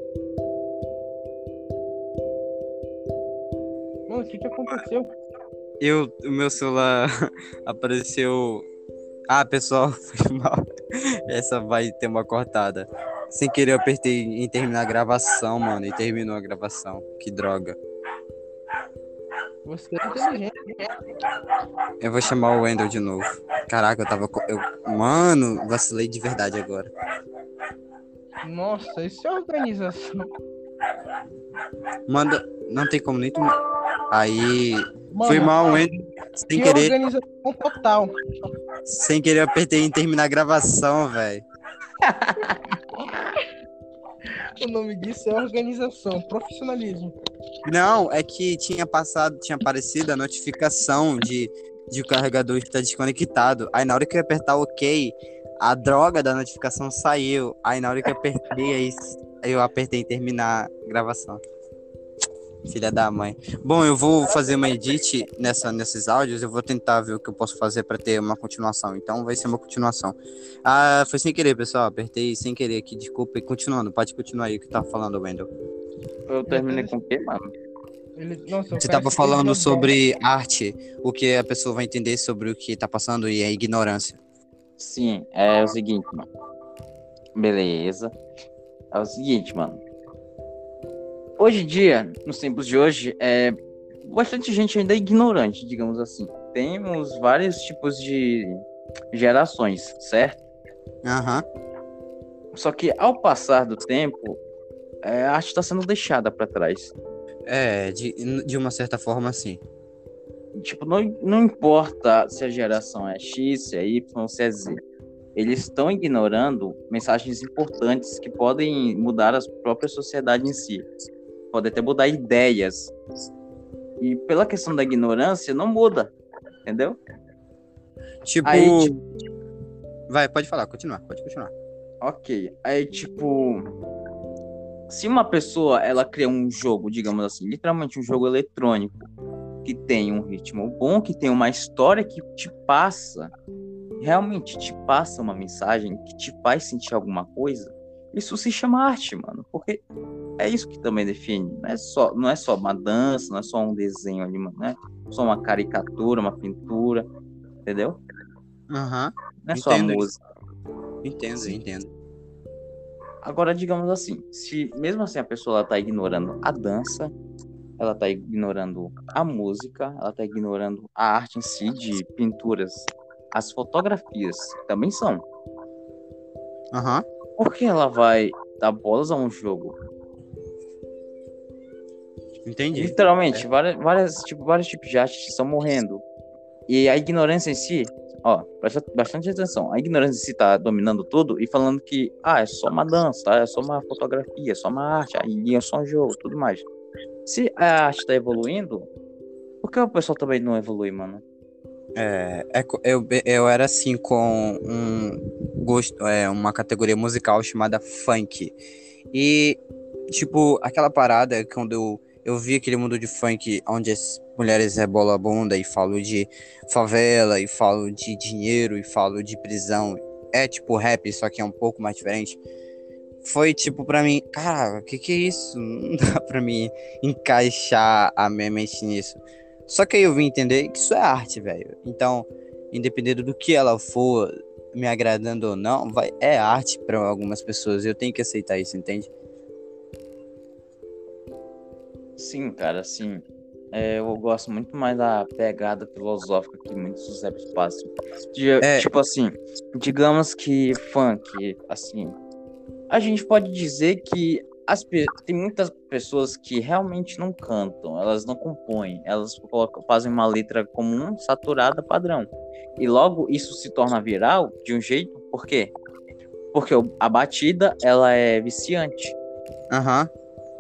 Mano, o que aconteceu? O meu celular apareceu. Ah, pessoal, foi mal. Essa vai ter uma cortada. Sem querer, eu apertei em terminar a gravação, mano, e terminou a gravação. Que droga. Você é inteligente. Eu vou chamar o Wendel de novo. Caraca, eu tava. Mano, vacilei de verdade agora. Nossa, isso é organização. Manda. Não tem como nem tu. Aí. Foi Mano, mal, Wendel. Sem que querer. organização total. Sem querer, eu apertei em terminar a gravação, velho. O nome disso é organização, profissionalismo. Não, é que tinha aparecido a notificação de o carregador estar desconectado. Aí na hora que eu ia apertar OK, a droga da notificação saiu. Aí na hora que eu apertei, aí eu apertei em terminar a gravação. Filha da mãe. Bom, eu vou fazer uma edit nesses áudios. Eu vou tentar ver o que eu posso fazer para ter uma continuação. Então vai ser uma continuação. Ah, foi sem querer, pessoal. Apertei sem querer aqui. Desculpa. E continuando, pode continuar aí o que tá falando, Wendel. Eu terminei com o quê, mano? Nossa, o Você cara estava se falando perdeu sobre arte, o que a pessoa vai entender sobre o que tá passando e a ignorância. Sim, é o seguinte, mano. Beleza. É o seguinte, mano. Hoje em dia, nos tempos de hoje, bastante gente ainda é ignorante, digamos assim. Temos vários tipos de gerações, certo? Aham. Só que ao passar do tempo, a arte está sendo deixada para trás. É, de uma certa forma, sim. Tipo, não importa se a geração é X, se é Y, se é Z. Eles estão ignorando mensagens importantes que podem mudar a própria sociedade em si. Pode até mudar ideias. E pela questão da ignorância, não muda. Entendeu? Tipo. Aí, Vai, pode falar, pode continuar. Ok. Aí, tipo, se uma pessoa, ela cria um jogo, digamos assim, literalmente um jogo eletrônico, que tem um ritmo bom, que tem uma história que te passa, realmente te passa uma mensagem, que te faz sentir alguma coisa, isso se chama arte, mano. Porque é isso que também define. Não é só uma dança, não é só um desenho ali, mano. Não é só uma caricatura, uma pintura, entendeu? Aham. Não é só a música. Entendo. Agora, digamos assim, se mesmo assim a pessoa está ignorando a dança, ela está ignorando a música, ela está ignorando a arte em si de pinturas, as fotografias também são. Aham. Por que ela vai dar bolas a um jogo? Entendi. Literalmente, vários tipos de arte estão morrendo. E a ignorância em si, ó, presta bastante atenção. A ignorância em si tá dominando tudo e falando que, é só uma dança, é só uma fotografia, é só uma arte, aí é só um jogo, tudo mais. Se a arte tá evoluindo, por que o pessoal também não evolui, mano? Eu era assim com um gosto, uma categoria musical chamada funk. E, tipo, aquela parada, quando eu vi aquele mundo de funk onde as mulheres rebolam a bunda e falam de favela, e falam de dinheiro, e falam de prisão. É tipo rap, só que é um pouco mais diferente. Foi tipo pra mim, cara, o que é isso? Não dá pra mim encaixar a minha mente nisso. Só que aí eu vim entender que isso é arte, velho. Então, independente do que ela for, me agradando ou não, é arte pra algumas pessoas. Eu tenho que aceitar isso, entende? Sim, cara, sim. Eu gosto muito mais da pegada filosófica que muitos dos raps passam. Tipo assim, digamos que funk, assim, a gente pode dizer que tem muitas pessoas que realmente não cantam, elas não compõem, elas fazem uma letra comum, saturada, padrão. E logo isso se torna viral de um jeito, por quê? Porque a batida, ela é viciante. Aham.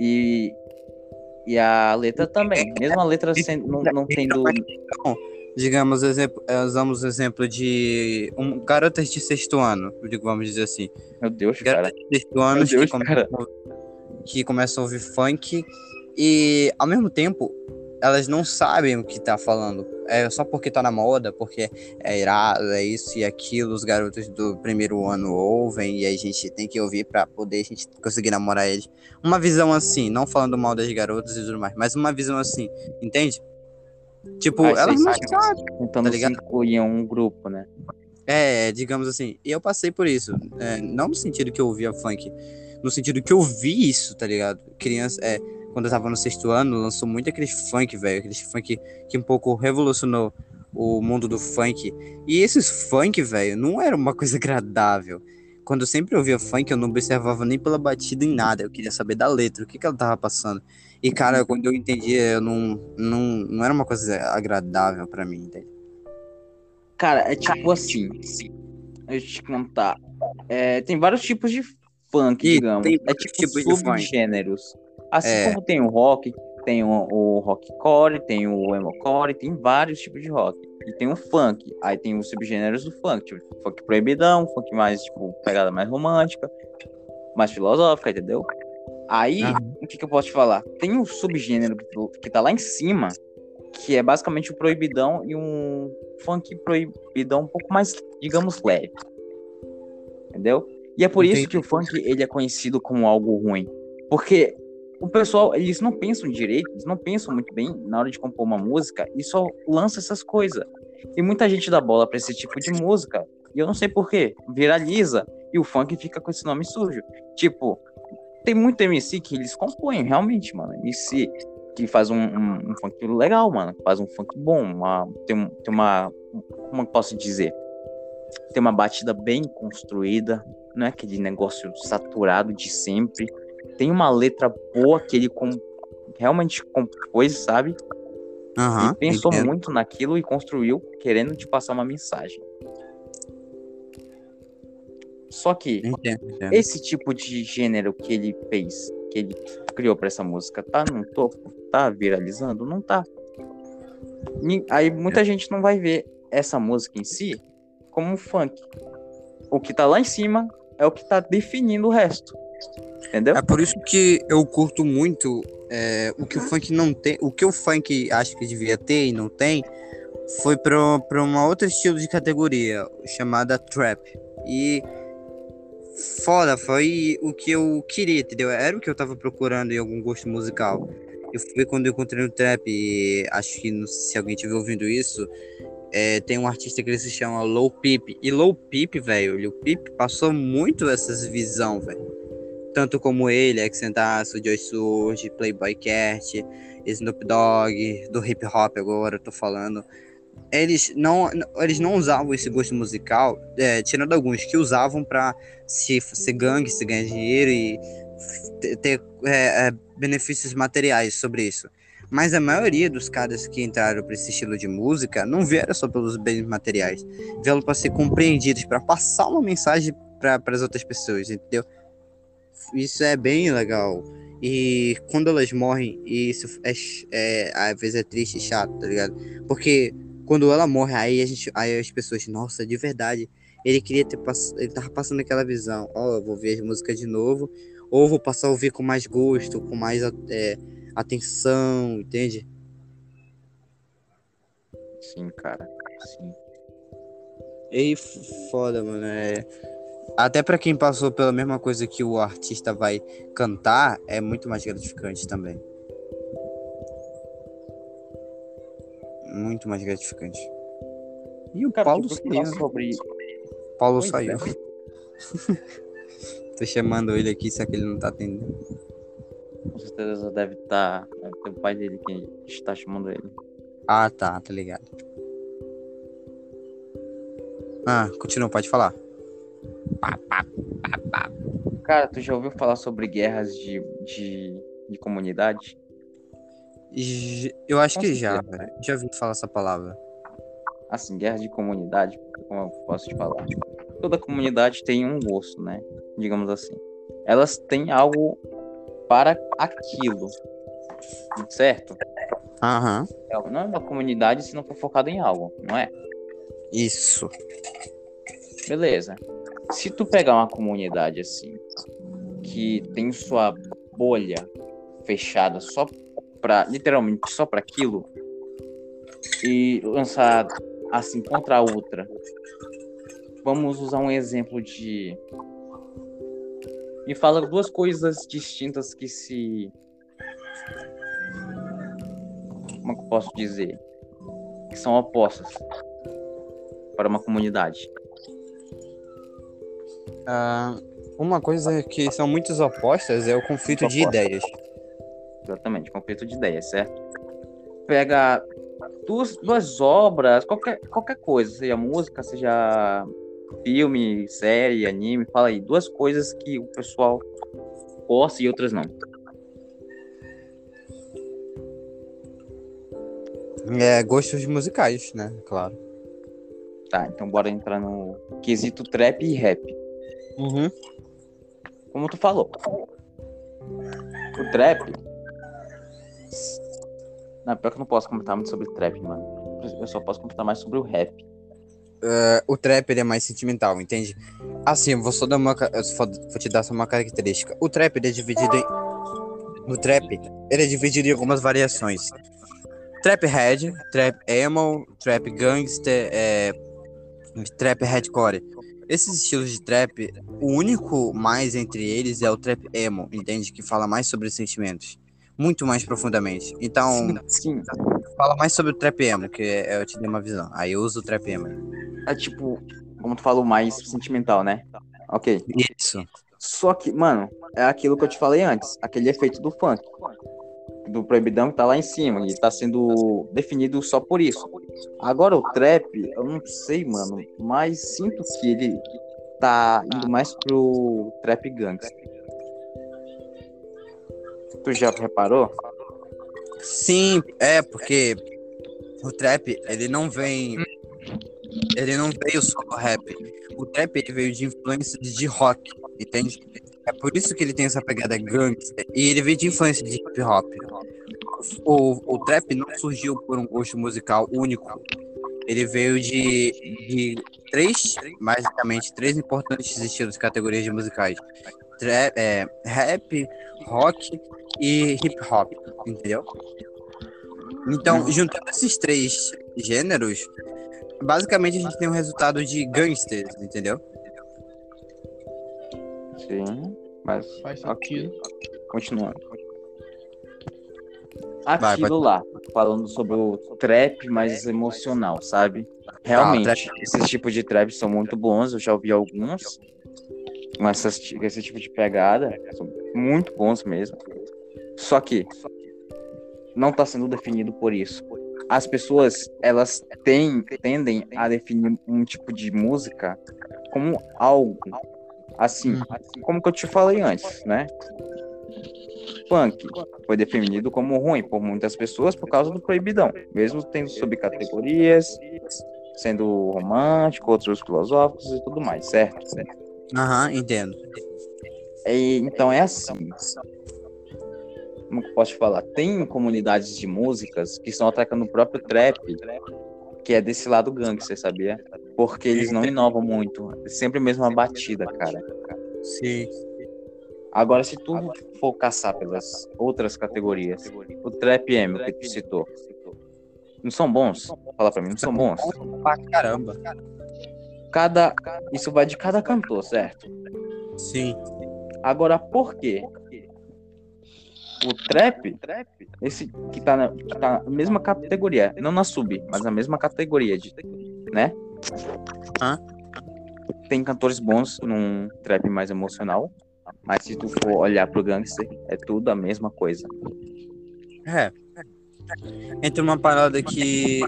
E a letra também, mesmo a letra não tendo... Digamos, usamos o exemplo de garotas de sexto ano, vamos dizer assim. Meu Deus, garotas cara. de sexto ano que começam a ouvir funk e, ao mesmo tempo, elas não sabem o que tá falando. É só porque tá na moda, porque é irado, é isso e aquilo, os garotos do primeiro ano ouvem e a gente tem que ouvir pra poder a gente conseguir namorar eles. Uma visão assim, não falando mal das garotas e tudo mais, mas uma visão assim, entende? Tipo, Sei, elas não sei. sabem, tá Tentando se ligado? incluir em um grupo, né? Digamos assim, e eu passei por isso, não no sentido que eu ouvia funk, no sentido que eu vi isso, tá ligado? Criança, quando eu tava no sexto ano, lançou muito aquele funk, velho, aquele funk que um pouco revolucionou o mundo do funk, e esses funk, velho, não era uma coisa agradável. Quando eu sempre ouvia funk, eu não observava nem pela batida em nada, eu queria saber da letra, o que que ela tava passando. E, cara, quando eu entendia, eu não era uma coisa agradável pra mim, entende? Cara, é tipo assim, deixa eu te contar. Tem vários tipos de funk, E digamos. tem É vários tipo tipos de funk. subgêneros. Assim É, como tem o rock, tem o rockcore, tem o emocore, tem vários tipos de rock. E tem o funk. Aí tem os subgêneros do funk, tipo funk proibidão, funk mais, tipo, pegada mais romântica, mais filosófica, entendeu? Aí, aham, o que que eu posso te falar? Tem o subgênero que tá lá em cima, que é basicamente o proibidão e um funk proibidão um pouco mais, digamos, leve, entendeu? E é por isso que entendi. o funk ele é conhecido como algo ruim, porque o pessoal, eles não pensam direito, eles não pensam muito bem na hora de compor uma música e só lança essas coisas. E muita gente dá bola pra esse tipo de música, e eu não sei por quê, viraliza e o funk fica com esse nome sujo. Tipo, tem muito MC que eles compõem, realmente, mano. MC que faz um funk legal, mano. Faz um funk bom. Tem uma. Como eu posso dizer? Tem uma batida bem construída. Não é aquele negócio saturado de sempre. Tem uma letra boa que ele realmente compôs, sabe? E Aham, pensou entendo. muito naquilo e construiu querendo te passar uma mensagem. Só que Entendo. esse tipo de gênero que ele fez, que ele criou pra essa música, tá no topo? Tá viralizando? Não tá. Aí muita gente não vai ver essa música em si como um funk. O que tá lá em cima é o que tá definindo o resto. Entendeu? É por isso que eu curto muito o que o funk não tem, o que o funk acho que devia ter e não tem, foi para uma outra estilo de categoria chamada trap. E foda, foi o que eu queria, entendeu? Era o que eu tava procurando em algum gosto musical. E foi quando eu encontrei no trap, e acho que não sei se alguém estiver ouvindo isso, tem um artista que ele se chama Lil Peep. E Lil Peep, velho, Lil Peep passou muito essas visão, velho. Tanto como ele, Exentaço, Joy Surge, Playboy Cat, Snoop Dogg, do hip hop agora, eu tô falando. Eles não usavam esse gosto musical, tirando alguns que usavam pra se ser gangue, se ganhar dinheiro e ter benefícios materiais sobre isso. Mas a maioria dos caras que entraram para esse estilo de música não vieram só pelos bens materiais, vieram para ser compreendidos, para passar uma mensagem para as outras pessoas, entendeu? Isso é bem legal. E quando elas morrem, isso às vezes é triste e chato, tá ligado? Porque quando ela morre, aí as pessoas, nossa, de verdade, ele tava passando aquela visão, ó, eu vou ver as músicas de novo, ou vou passar a ouvir com mais gosto, com mais atenção, entende? Sim, cara. Sim. E foda, mano, até pra quem passou pela mesma coisa que o artista vai cantar, é muito mais gratificante também. Muito mais gratificante. E o Cara, tu Paulo ouviu falar saiu. sobre. Paulo Pois é. saiu. Tô chamando ele aqui, só que ele não tá atendendo. Com certeza deve estar. Deve ter o pai dele que está chamando ele. Ah, tá ligado. Ah, continua, pode falar. Cara, tu já ouviu falar sobre guerras de comunidade? Eu acho Com que já, certeza. velho. Já ouvi falar essa palavra. Assim, guerra de comunidade, como eu posso te falar? Toda comunidade tem um gosto, né? Digamos assim. Elas têm algo para aquilo, certo? Aham. Não é uma comunidade se não for focado em algo, não é? Isso. Beleza. Se tu pegar uma comunidade assim, que tem sua bolha fechada só literalmente só pra aquilo e lançar assim contra a outra. Vamos usar um exemplo de... Me fala duas coisas distintas que se... Como é que eu posso dizer? Que são opostas para uma comunidade. Uma coisa que são muito opostas é o conflito de ideias. Exatamente, conflito de ideias, certo? Pega duas obras, qualquer coisa, seja música, seja filme, série, anime, fala aí, duas coisas que o pessoal gosta e outras não. Gostos musicais, né? Claro. Tá, então bora entrar no quesito trap e rap. Uhum. Como tu falou, o trap... Não, pior que eu não posso comentar muito sobre trap, mano. Eu só posso comentar mais sobre o rap. O trap ele é mais sentimental, entende? Assim, eu vou te dar só uma característica. O trap ele é dividido em algumas variações. Trap head, trap emo, trap gangster, trap hardcore. Esses estilos de trap, o único mais entre eles é o trap emo, entende? Que fala mais sobre sentimentos, muito mais profundamente. Então, Sim. fala mais sobre o trap emo, que eu te dei uma visão. Aí eu uso o trap emo. É tipo, como tu falou, mais sentimental, né? Ok. Isso. Só que, mano, é aquilo que eu te falei antes, aquele efeito do funk, do proibidão que tá lá em cima e tá sendo definido só por isso. Agora o trap, eu não sei, mano, mas sinto que ele tá indo mais pro trap gangster. Tu já reparou? Sim, porque o trap, ele não veio só do rap. O trap, ele veio de influências de rock, entende? É por isso que ele tem essa pegada gangster. E ele veio de influência de hip hop. O trap não surgiu por um gosto musical único. Ele veio de basicamente, três importantes estilos, categorias de musicais. Rap, rock e hip hop, entendeu? Então, juntando esses três gêneros, basicamente a gente tem um resultado de gangsters, entendeu? Sim, mas Faz sentido. continuando. Aquilo lá, falando sobre o trap mais emocional, sabe? Realmente, esses tipos de trap são muito bons, eu já ouvi alguns. Mas esse tipo de pegada são muito bons mesmo. Só que não está sendo definido por isso. As pessoas, elas tendem a definir um tipo de música como algo assim, como que eu te falei antes, né? Funk foi definido como ruim por muitas pessoas por causa do proibidão, mesmo tendo subcategorias, sendo romântico, outros filosóficos e tudo mais, certo? Aham, entendo. Então é assim. Como que eu posso te falar? Tem comunidades de músicas que estão atacando o próprio trap, que é desse lado gangster, sabia? Porque eles não inovam muito. É sempre a mesma batida, cara. Sim. Agora, se tu for caçar pelas outras categorias, o trap emo que tu citou, não são bons? Fala pra mim, não são bons? Pra caramba. Isso vai de cada cantor, certo? Sim. Agora, por quê? O trap, esse que tá na mesma categoria, não na sub, mas na mesma categoria, né? Tem cantores bons num trap mais emocional, mas se tu for olhar pro gangster, é tudo a mesma coisa. Entre uma parada que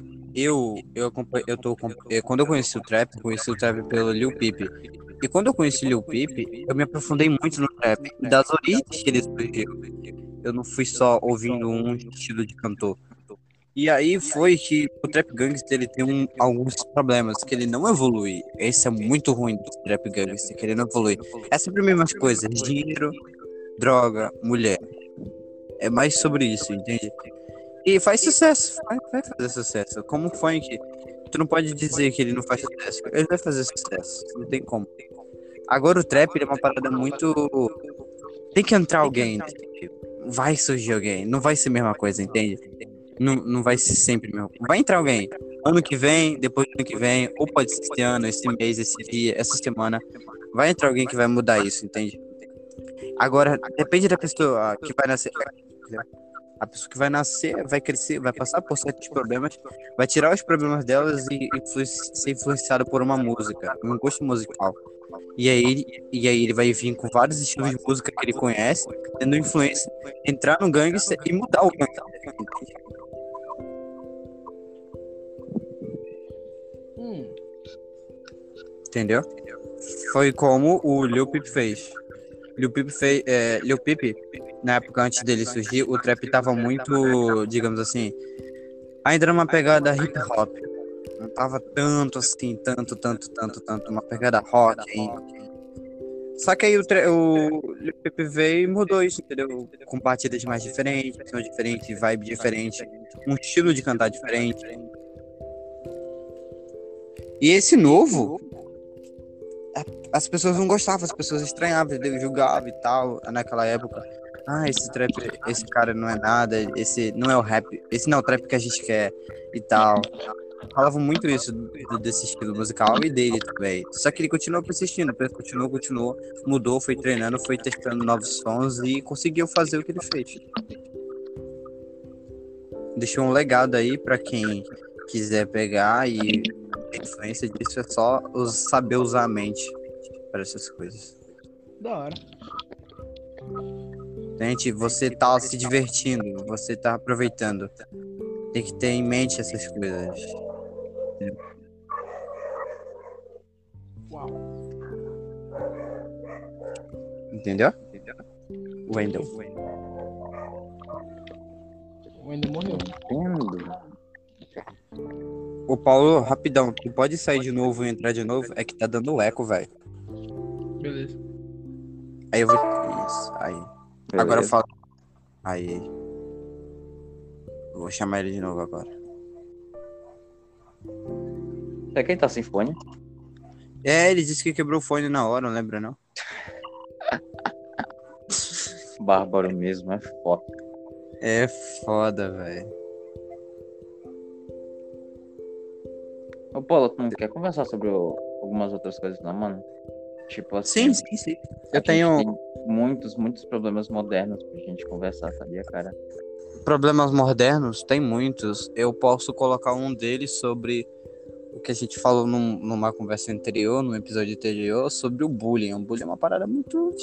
quando eu conheci o trap pelo Lil Peep. E quando eu conheci Lil Peep, eu me aprofundei muito no trap, das origens que ele surgiu. Eu não fui só ouvindo um estilo de cantor. E aí foi que o trap gangster ele tem alguns problemas, que ele não evolui. Esse é muito ruim do trap gangster, que ele não evolui. É sempre as mesmas coisas, dinheiro, droga, mulher. É mais sobre isso, entende? E faz sucesso, vai fazer sucesso. Como o funk, tu não pode dizer que ele não faz sucesso. Ele vai fazer sucesso, não tem como. Agora o trap ele é uma parada muito... Tem que entrar alguém nesse tipo. vai surgir alguém. Não vai ser a mesma coisa, entende? Não vai ser sempre mesmo. Vai entrar alguém. Ano que vem, depois do ano que vem, ou pode ser esse ano, esse mês, esse dia, essa semana. Vai entrar alguém que vai mudar isso, entende? Agora, depende da pessoa que vai nascer. A pessoa que vai nascer, vai crescer, vai passar por certos problemas, vai tirar os problemas delas e ser influenciada por uma música, um gosto musical. E aí ele vai vir com vários estilos de música que ele conhece, tendo influência, entrar no gangster e mudar o gangster. Entendeu? Foi como o Lil Peep fez. Lil Peep, na época antes dele surgir, o trap tava muito, digamos assim, ainda era uma pegada hip hop. Não tava tanto assim, tanto, uma pegada rock ainda. Só que aí o Lil Peep veio e mudou isso, entendeu? Com batidas mais diferentes, som diferente, vibe diferente, um estilo de cantar diferente. E esse novo, as pessoas não gostavam, as pessoas estranhavam, entendeu? Julgavam e tal, naquela época. Ah, esse cara não é nada, esse não é o rap, esse não é o trap que a gente quer e tal. Falavam muito isso desse estilo musical e dele também. Só que ele continuou persistindo, continuou, mudou, foi treinando, foi testando novos sons e conseguiu fazer o que ele fez. Deixou um legado aí pra quem quiser pegar, e a influência disso é só saber usar a mente para essas coisas. Da hora. Gente, você tá se divertindo, você tá aproveitando. Tem que ter em mente essas coisas. Uau. Entendeu? Wendel. O Ender morreu. Entendo. Ô Paulo, rapidão, tu pode sair de novo e entrar de novo? É que tá dando eco, velho. Beleza. Aí eu vou. Isso, aí. Beleza. Agora eu falo. Aí. Eu vou chamar ele de novo agora. É quem tá sem fone? É, ele disse que quebrou o fone na hora, não lembra não? Bárbaro mesmo, é foda. É foda, velho. Ô, Paulo, tu não quer conversar sobre algumas outras coisas, não, mano? Tipo assim, Sim. a Eu tenho gente tem muitos problemas modernos pra gente conversar, sabia, cara? problemas modernos, tem muitos. Eu posso colocar um deles sobre o que a gente falou numa conversa anterior, num episódio anterior, sobre o bullying. O bullying é uma parada muito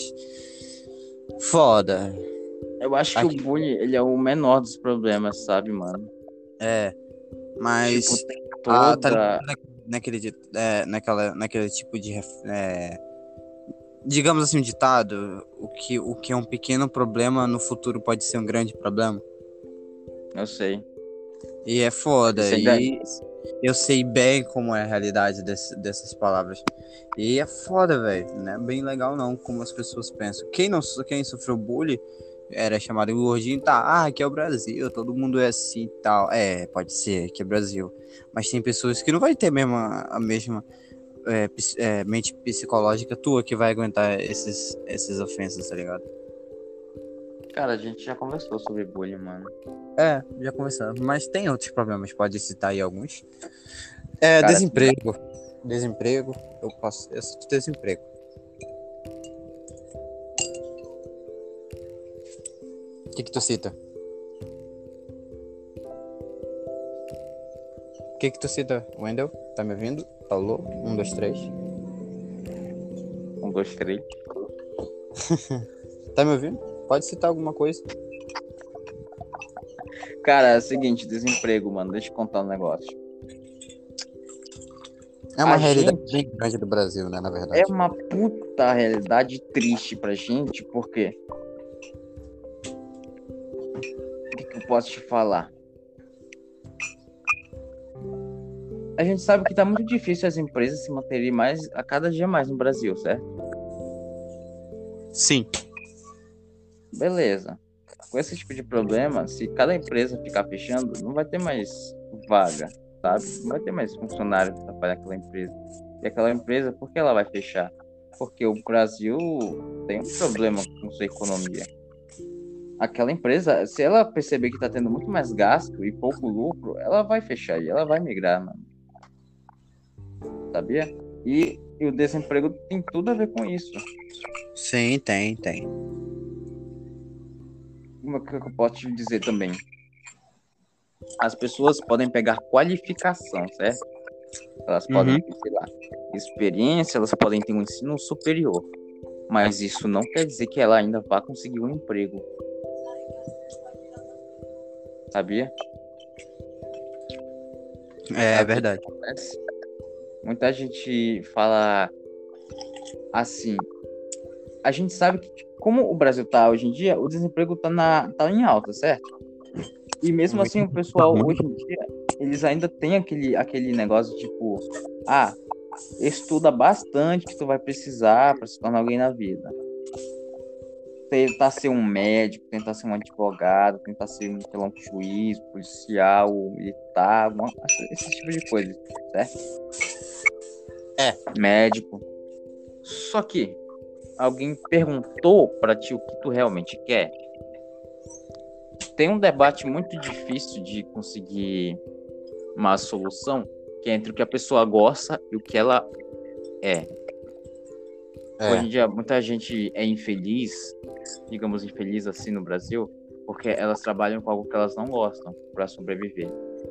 foda. Eu acho que o bullying, ele é o menor dos problemas, sabe, mano? É, mas Tipo, tem tá toda... naquele tipo de digamos assim, um ditado, o que é um pequeno problema no futuro pode ser um grande problema. Eu sei. E é foda. Isso ainda- E eu sei bem como é a realidade dessas palavras. E é foda, velho. Não é bem legal não, como as pessoas pensam. Quem sofreu bullying era chamado de gordinho, tá? Ah, aqui é o Brasil, todo mundo é assim e tal. É, pode ser, que é Brasil. Mas tem pessoas que não vai ter a mesma mente psicológica tua que vai aguentar essas ofensas, tá ligado? Cara, a gente já conversou sobre bullying, mano. É, já conversamos. Mas tem outros problemas, pode citar aí alguns. Cara, Desemprego. Desemprego, eu cito desemprego. O que tu cita? O que tu cita, Wendel? Tá me ouvindo? Alô? 1, 2, 3. 1, 2, 3. Tá me ouvindo? Pode citar alguma coisa. Cara, é o seguinte, desemprego, mano. Deixa eu contar um negócio. É uma A realidade gente- bem grande do Brasil, né, na verdade. É uma puta realidade triste pra gente, por quê? O que eu posso te falar? A gente sabe que tá muito difícil as empresas se manterem a cada dia mais no Brasil, certo? Sim. Beleza. Com esse tipo de problema, se cada empresa ficar fechando, não vai ter mais vaga, sabe? Não vai ter mais funcionário para trabalhar naquela empresa. E aquela empresa, por que ela vai fechar? Porque o Brasil tem um problema com sua economia. aquela empresa, se ela perceber que está tendo muito mais gasto e pouco lucro, ela vai fechar e ela vai migrar, mano. Sabia? E o desemprego tem tudo a ver com isso. Sim, tem. Uma coisa que eu posso te dizer também. As pessoas podem pegar qualificação, certo? Elas podem ter, sei lá, experiência, elas podem ter um ensino superior. Mas isso não quer dizer que ela ainda vá conseguir um emprego. Sabia? É verdade. Muita gente fala assim. A gente sabe que, como o Brasil tá hoje em dia, o desemprego tá em alta, certo? E mesmo assim, o pessoal hoje em dia, eles ainda têm aquele negócio tipo, estuda bastante que tu vai precisar para se tornar alguém na vida. Tentar ser um médico, tentar ser um advogado, tentar ser um juiz, policial, militar, esse tipo de coisa, certo? Médico. Só que alguém perguntou para ti o que tu realmente quer. Tem um debate muito difícil de conseguir uma solução, que é entre o que a pessoa gosta e o que ela é. Hoje em dia, muita gente é infeliz, digamos infeliz assim no Brasil, porque elas trabalham com algo que elas não gostam para sobreviver.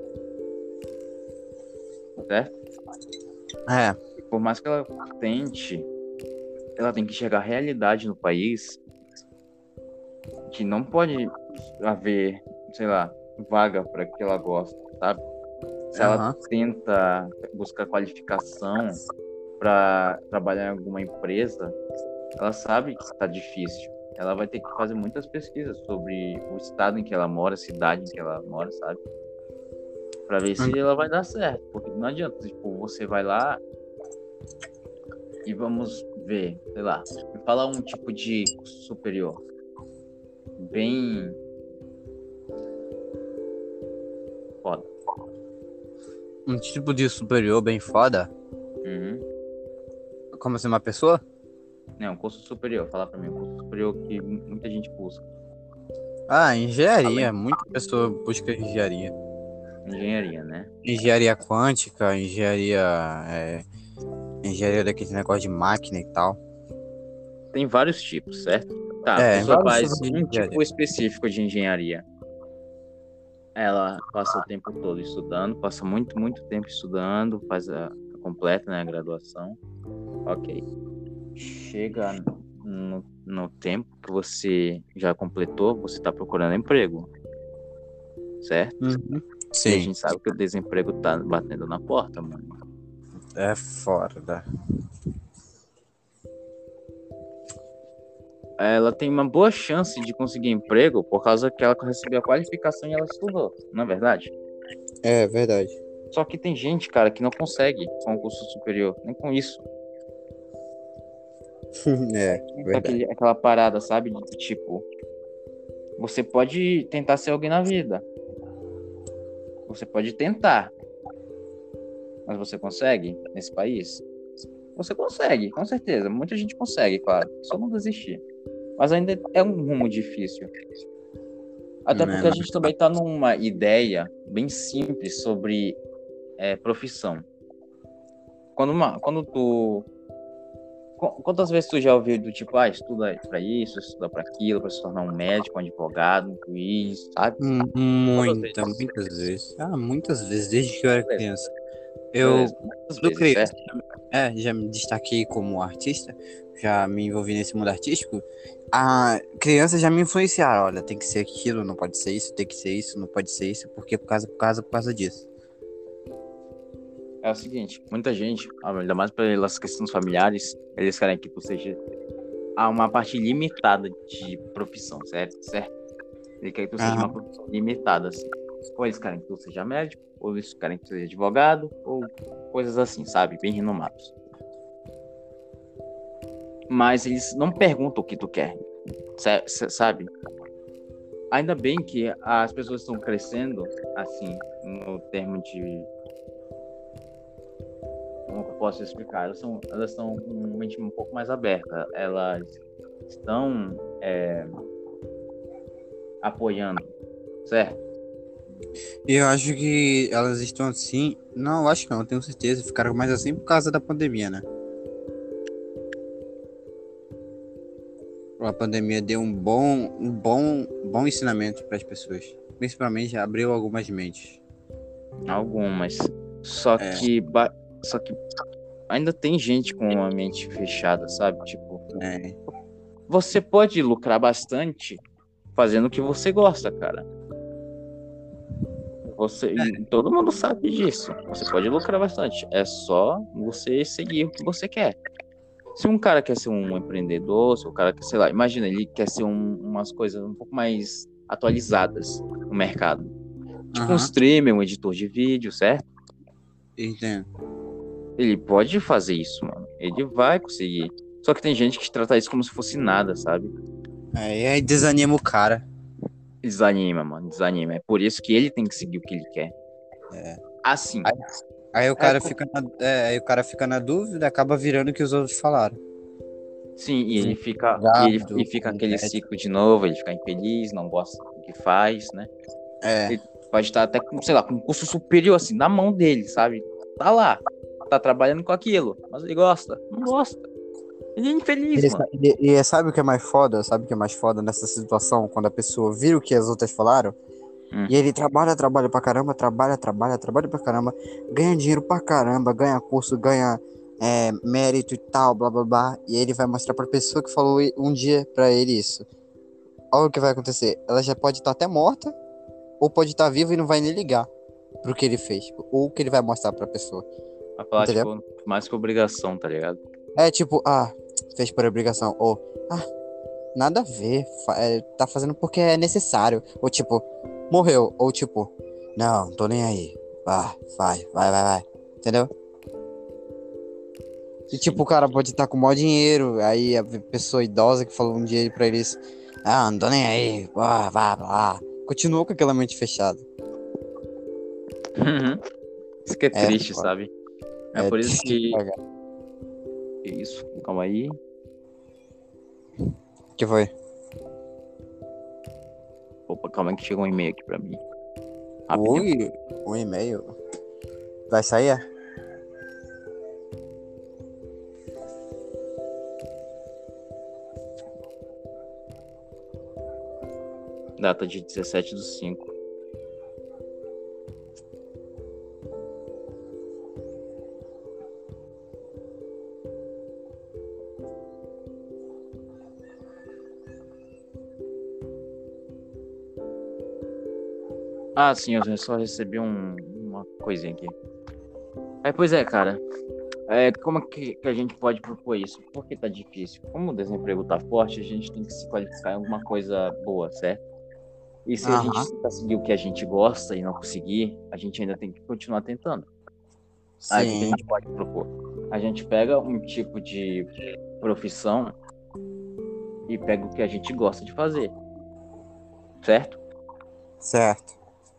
Certo? E por mais que ela tente, ela tem que enxergar a realidade no país, que não pode haver, sei lá, vaga para que ela gosta, sabe? Se ela tenta buscar qualificação para trabalhar em alguma empresa, ela sabe que está difícil. Ela vai ter que fazer muitas pesquisas sobre o estado em que ela mora, a cidade em que ela mora, sabe? Para ver se ela vai dar certo. Porque não adianta, tipo, você vai lá e vamos ver, sei lá, me fala um tipo de superior. Bem foda. Um tipo de superior bem foda? Como assim, uma pessoa? Não, um curso superior. Fala pra mim, um curso superior que muita gente busca. Engenharia. Muita pessoa busca engenharia. Engenharia, né? Engenharia quântica, engenharia daquele negócio de máquina e tal. Tem vários tipos, certo? Tá, a pessoa faz um tipo específico de engenharia. Ela passa o tempo todo estudando, passa muito tempo estudando, faz a completa, né, a graduação. Ok. Chega no tempo que você já completou, você está procurando emprego, certo? Sim. E a gente sabe que o desemprego tá batendo na porta, mano. É foda. Ela tem uma boa chance de conseguir emprego por causa que ela recebeu a qualificação e ela estudou, não é verdade? É verdade. Só que tem gente, cara, que não consegue com o curso superior, nem com isso. Verdade. Aquela parada, sabe? De, tipo, você pode tentar ser alguém na vida. Você pode tentar. Mas você consegue nesse país? Você consegue, com certeza. Muita gente consegue, claro. Só não desistir. Mas ainda é um rumo difícil. Até porque a gente também tá numa ideia bem simples sobre profissão. Quantas vezes tu já ouviu do tipo, estuda pra isso, estuda pra aquilo, pra se tornar um médico, um advogado, um juiz, sabe? Muitas vezes. Muitas vezes, desde que eu era criança. Já me destaquei como artista, já me envolvi nesse mundo artístico. A criança já me influenciaram, olha, tem que ser aquilo, não pode ser isso, tem que ser isso, não pode ser isso, porque por causa disso. É o seguinte, muita gente, ainda mais pelas questões familiares, eles querem que tu seja uma parte limitada de profissão, certo? Eles querem que tu seja uma profissão limitada, assim. Ou eles querem que tu seja médico, ou eles querem que tu seja advogado, ou coisas assim, sabe? Bem renomados. Mas eles não perguntam o que tu quer, sabe? Ainda bem que as pessoas estão crescendo, assim, no termo de... Como eu posso explicar? Elas estão com uma mente um pouco mais aberta. Elas estão apoiando, certo? E eu acho que elas estão assim. Não, eu acho que não, eu tenho certeza. Ficaram mais assim por causa da pandemia, né? A pandemia deu um bom ensinamento para as pessoas. Principalmente abriu algumas mentes. Algumas. Só É, que, só que ainda tem gente com uma mente fechada, sabe? Tipo, é, você pode lucrar bastante fazendo o que você gosta, cara. E todo mundo sabe disso. Você pode lucrar bastante. É só você seguir o que você quer. Se um cara quer ser um empreendedor, se o cara quer, sei lá, imagina, ele quer ser umas coisas um pouco mais atualizadas no mercado. Tipo um aham, streamer, um editor de vídeo, certo? entendo. Ele pode fazer isso, mano. Ele vai conseguir. Só que tem gente que trata isso como se fosse nada, sabe? Aí desanima o cara. Desanima, mano, desanima. É por isso que ele tem que seguir o que ele quer. Assim. Aí, aí o É, cara fica na dúvida, acaba virando o que os outros falaram. sim, e ele fica, Gado, e fica com aquele pet. ciclo de novo, ele fica infeliz, não gosta do que faz, né? É, Ele pode estar até com, sei lá, com um curso superior, assim, na mão dele, sabe? Tá lá, tá trabalhando com aquilo, mas ele gosta, não gosta. Ele é infeliz, mano. sabe o que é mais foda? Sabe o que é mais foda nessa situação? Quando a pessoa vira o que as outras falaram? Hum. E ele trabalha pra caramba, trabalha pra caramba, ganha dinheiro pra caramba, ganha curso, ganha mérito e tal, blá blá blá. E ele vai mostrar pra pessoa que falou um dia pra ele isso. Olha o que vai acontecer. Ela já pode estar até morta, ou pode estar viva e não vai nem ligar pro que ele fez. Tipo, ou o que ele vai mostrar pra pessoa. Vai falar, Entendeu? tipo, mais que obrigação, tá ligado? É tipo, fez por obrigação. Ou, nada a ver. Tá fazendo porque é necessário. Ou tipo, morreu. Ou tipo, não, tô nem aí. Vai. Entendeu? E Sim. tipo, o cara pode estar com o maior dinheiro. Aí a pessoa idosa que falou um dia pra eles: não tô nem aí. Vai. Continuou com aquela mente fechada. Isso que é É, triste, foda. sabe? É por isso Triste que. pra caralho. Isso, calma aí. Que foi? Opa, calma aí que chegou um e-mail aqui pra mim. Rapidinho. Ui, um e-mail. Vai sair? Data de 17/5. Ah, sim, eu só recebi uma coisinha aqui. Pois é, cara. Como é que a gente pode propor isso? Porque tá difícil. Como o desemprego tá forte, a gente tem que se qualificar em alguma coisa boa, certo? E se a gente Aham. conseguir o que a gente gosta e não conseguir, a gente ainda tem que continuar tentando. Aí o que a Sim. gente pode propor? A gente pega um tipo de profissão e pega o que a gente gosta de fazer, certo? Certo.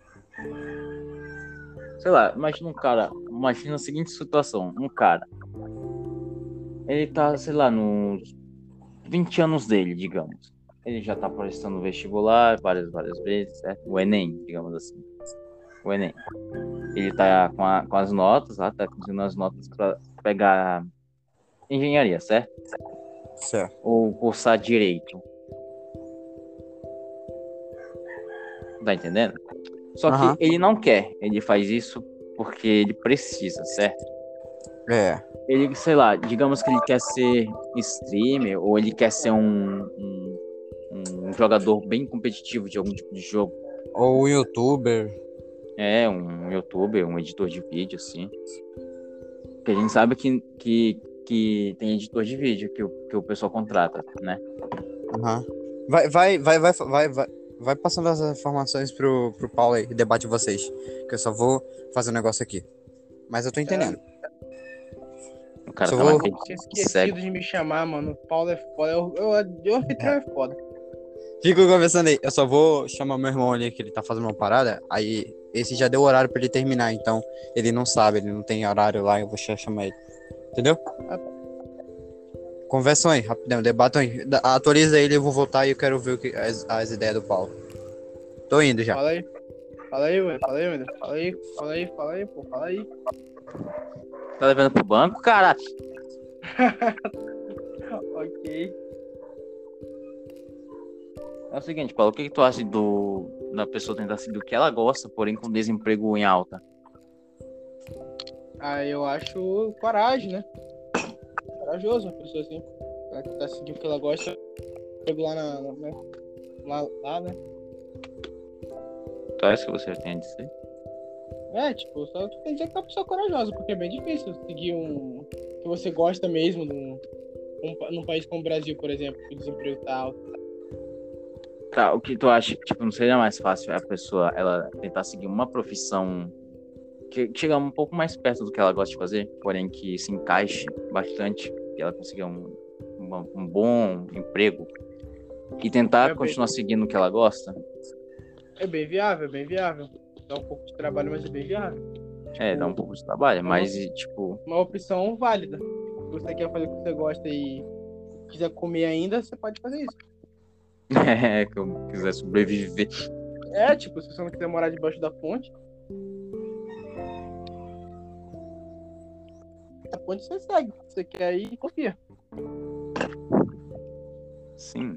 Sei lá, imagina a seguinte situação, um cara, ele tá, sei lá, nos 20 anos dele, digamos. Ele já tá prestando vestibular várias vezes, certo? O Enem, digamos assim. O Enem. Ele tá com as notas lá, tá conseguindo as notas pra pegar engenharia, certo? Certo. Ou cursar direito. Tá entendendo? Só que Aham. ele não quer, ele faz isso porque ele precisa, certo? É. Ele, sei lá, digamos que ele quer ser streamer ou ele quer ser um jogador bem competitivo de algum tipo de jogo. Ou um youtuber. Um youtuber, um editor de vídeo, assim. Porque a gente sabe que tem editor de vídeo que o pessoal contrata, né? Aham. Vai passando as informações pro Paulo aí, debate vocês. Que eu só vou fazer um negócio aqui. Mas eu tô entendendo. O cara Só tá vou. naquele Tinha cego. esquecido de me chamar, mano. O Paulo é foda. O anfitrião é foda. Fico conversando aí. Eu só vou chamar meu irmão ali, que ele tá fazendo uma parada. Aí, esse já deu horário pra ele terminar. Então, ele não sabe, ele não tem horário lá. Eu vou chamar ele. Entendeu? Conversam aí, rapidão. Debatam aí. Atualiza ele, eu vou voltar e eu quero ver as ideias do Paulo. Tô indo já. Fala aí, ué. Fala aí, Wender. Fala aí, pô. Fala aí. Tá levando pro banco, cara? Ok. É o seguinte, Paulo, o que tu acha da pessoa tentar seguir o que ela gosta, porém com desemprego em alta? Eu acho coragem, né? Corajoso uma pessoa assim. Ela tentar seguir o que ela gosta. Chego lá né? Tu acha que você tem a dizer? Só tu tem que dizer que é uma pessoa corajosa, porque é bem difícil seguir um que você gosta mesmo num país como o Brasil, por exemplo, que o desemprego tá alto. Tá, o que tu acha? Tipo, não seria mais fácil a pessoa, ela tentar seguir uma profissão que chega um pouco mais perto do que ela gosta de fazer, porém que se encaixe bastante, que ela consiga um bom emprego e tentar continuar seguindo o que ela gosta? É bem viável, Dá um pouco de trabalho, mas é bem viável. Dá um pouco de trabalho, mas tipo... Uma opção válida. Se você quer fazer o que você gosta e quiser comer ainda, você pode fazer isso. que eu quiser sobreviver. Se você não quiser morar debaixo da ponte. A ponte você segue. Se você quer ir, confia. Sim.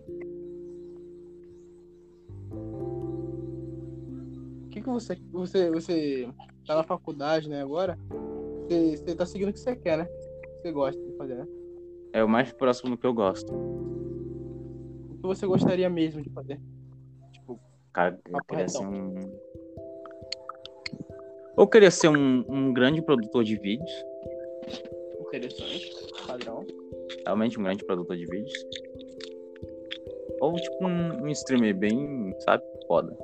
O que você tá na faculdade, né, agora? Você tá seguindo o que você quer, né? O que você gosta de fazer, né? É o mais próximo do que eu gosto. O que você gostaria mesmo de fazer? Cara, eu queria ser Eu queria ser um grande produtor de vídeos. Interessante. Padrão. Realmente um grande produtor de vídeos. Ou tipo um streamer bem, sabe, foda.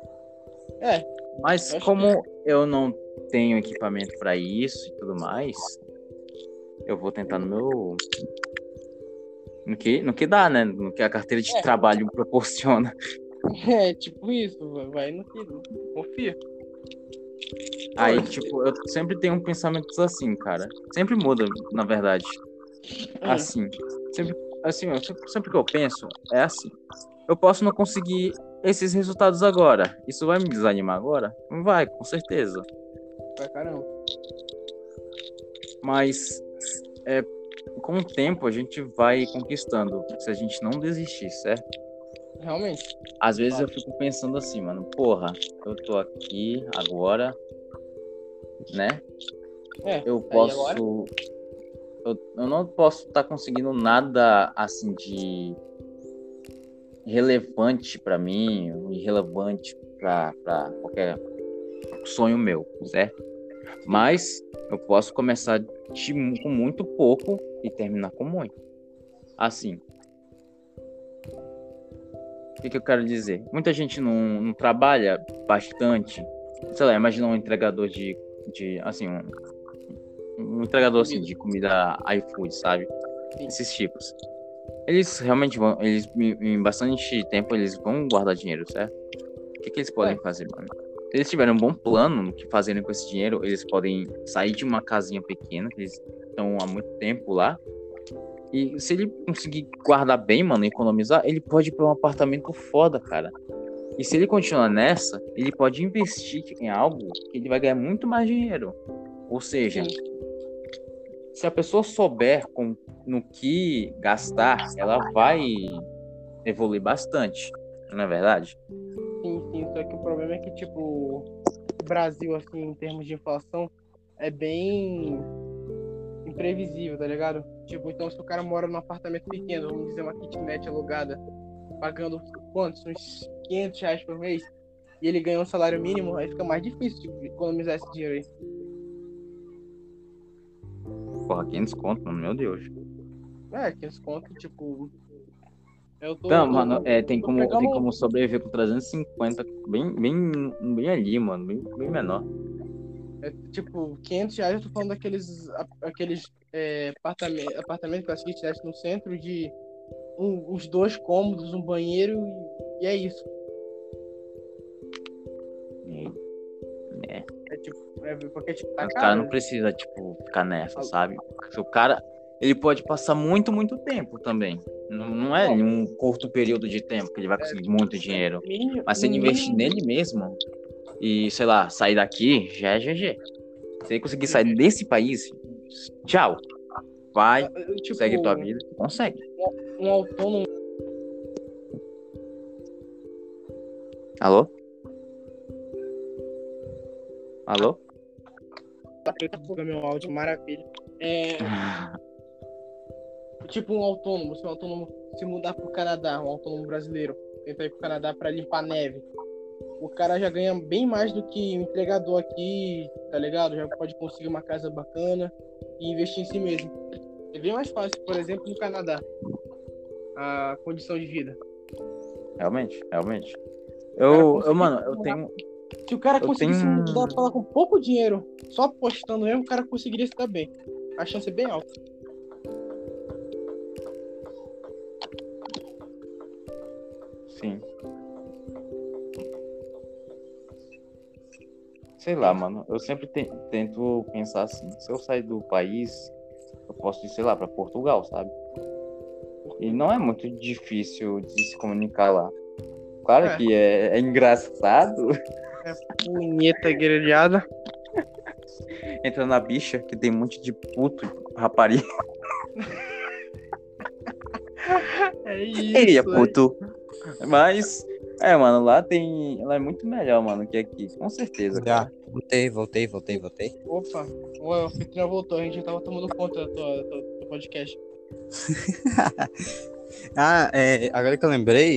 Mas como eu não tenho equipamento pra isso e tudo mais, eu vou tentar no que dá, né? No que a carteira de trabalho proporciona. Tipo isso. Vai no que confia. Aí, tipo, eu sempre tenho pensamentos assim, cara. Sempre muda, na verdade. Assim. Sempre que eu penso, é assim. Eu posso não conseguir esses resultados agora. Isso vai me desanimar agora? Não vai, com certeza. Pra caramba. Mas, com o tempo, a gente vai conquistando. Se a gente não desistir, certo? Realmente. Às vezes eu fico pensando assim, mano. Porra, eu tô aqui agora, né? Eu posso... Eu não posso estar conseguindo nada, assim, de relevante pra mim, irrelevante pra qualquer sonho meu, certo? Mas eu posso começar com muito pouco e terminar com muito. Assim. O que eu quero dizer? Muita gente não trabalha bastante. Sei lá, imagina um entregador de assim, um entregador assim, de comida iFood, sabe? Sim. Esses tipos. Eles realmente vão, em bastante tempo, eles vão guardar dinheiro, certo? O que eles podem fazer, mano? Se eles tiverem um bom plano no que fazerem com esse dinheiro, eles podem sair de uma casinha pequena, que eles estão há muito tempo lá. E se ele conseguir guardar bem, mano, economizar, ele pode ir pra um apartamento foda, cara. E se ele continuar nessa, ele pode investir em algo que ele vai ganhar muito mais dinheiro. Ou seja, se a pessoa souber no que gastar, ela vai evoluir bastante, não é verdade? Sim, só que o problema é que, tipo, o Brasil, assim, em termos de inflação, é bem imprevisível, tá ligado? Tipo, então se o cara mora num apartamento pequeno, vamos dizer uma kitnet alugada, pagando quantos? Uns R$500 por mês, e ele ganha um salário mínimo, aí fica mais difícil de economizar esse dinheiro aí. Porra, 500 conto, mano, meu Deus. 500 conto, tipo... Mano, tem como sobreviver com 350, bem ali, mano, bem menor. Tipo, R$500 eu tô falando daqueles apartamentos com as kitnets no centro de uns 2 cômodos, um banheiro e é isso. Porque, tipo, tá o cara não precisa, tipo, ficar nessa, sabe? O cara, ele pode passar muito, muito tempo também Não é em um curto período de tempo que ele vai conseguir muito dinheiro. Mas se ele investir nele mesmo e, sei lá, sair daqui, já é GG. Se ele conseguir sair desse país, tchau. Vai, Tipo, segue tua vida. Consegue. um autônomo. Alô? Alô? Meu áudio, maravilha. Tipo um autônomo, se um autônomo se mudar pro Canadá, um autônomo brasileiro, tentar ir pro Canadá pra limpar neve, o cara já ganha bem mais do que um empregador aqui, tá ligado? Já pode conseguir uma casa bacana e investir em si mesmo. É bem mais fácil, por exemplo, no Canadá, a condição de vida. Realmente. Mano, eu tenho. Se o cara conseguisse se mudar pra lá com pouco dinheiro, só apostando mesmo, o cara conseguiria se dar bem. A chance é bem alta. Sim. Sei lá, mano. Eu sempre tento pensar assim. Se eu sair do país, eu posso ir, sei lá, pra Portugal, sabe? E não é muito difícil de se comunicar lá. Claro que é engraçado. É punheta grelhada. Entra na bicha, que tem um monte de puto, rapariga. É isso. Ele é puto. Mas, mano, lá é muito melhor, mano, que aqui. Com certeza, cara. Voltei. Opa, o anfitrião voltou, a gente já tava tomando conta do podcast. Agora que eu lembrei,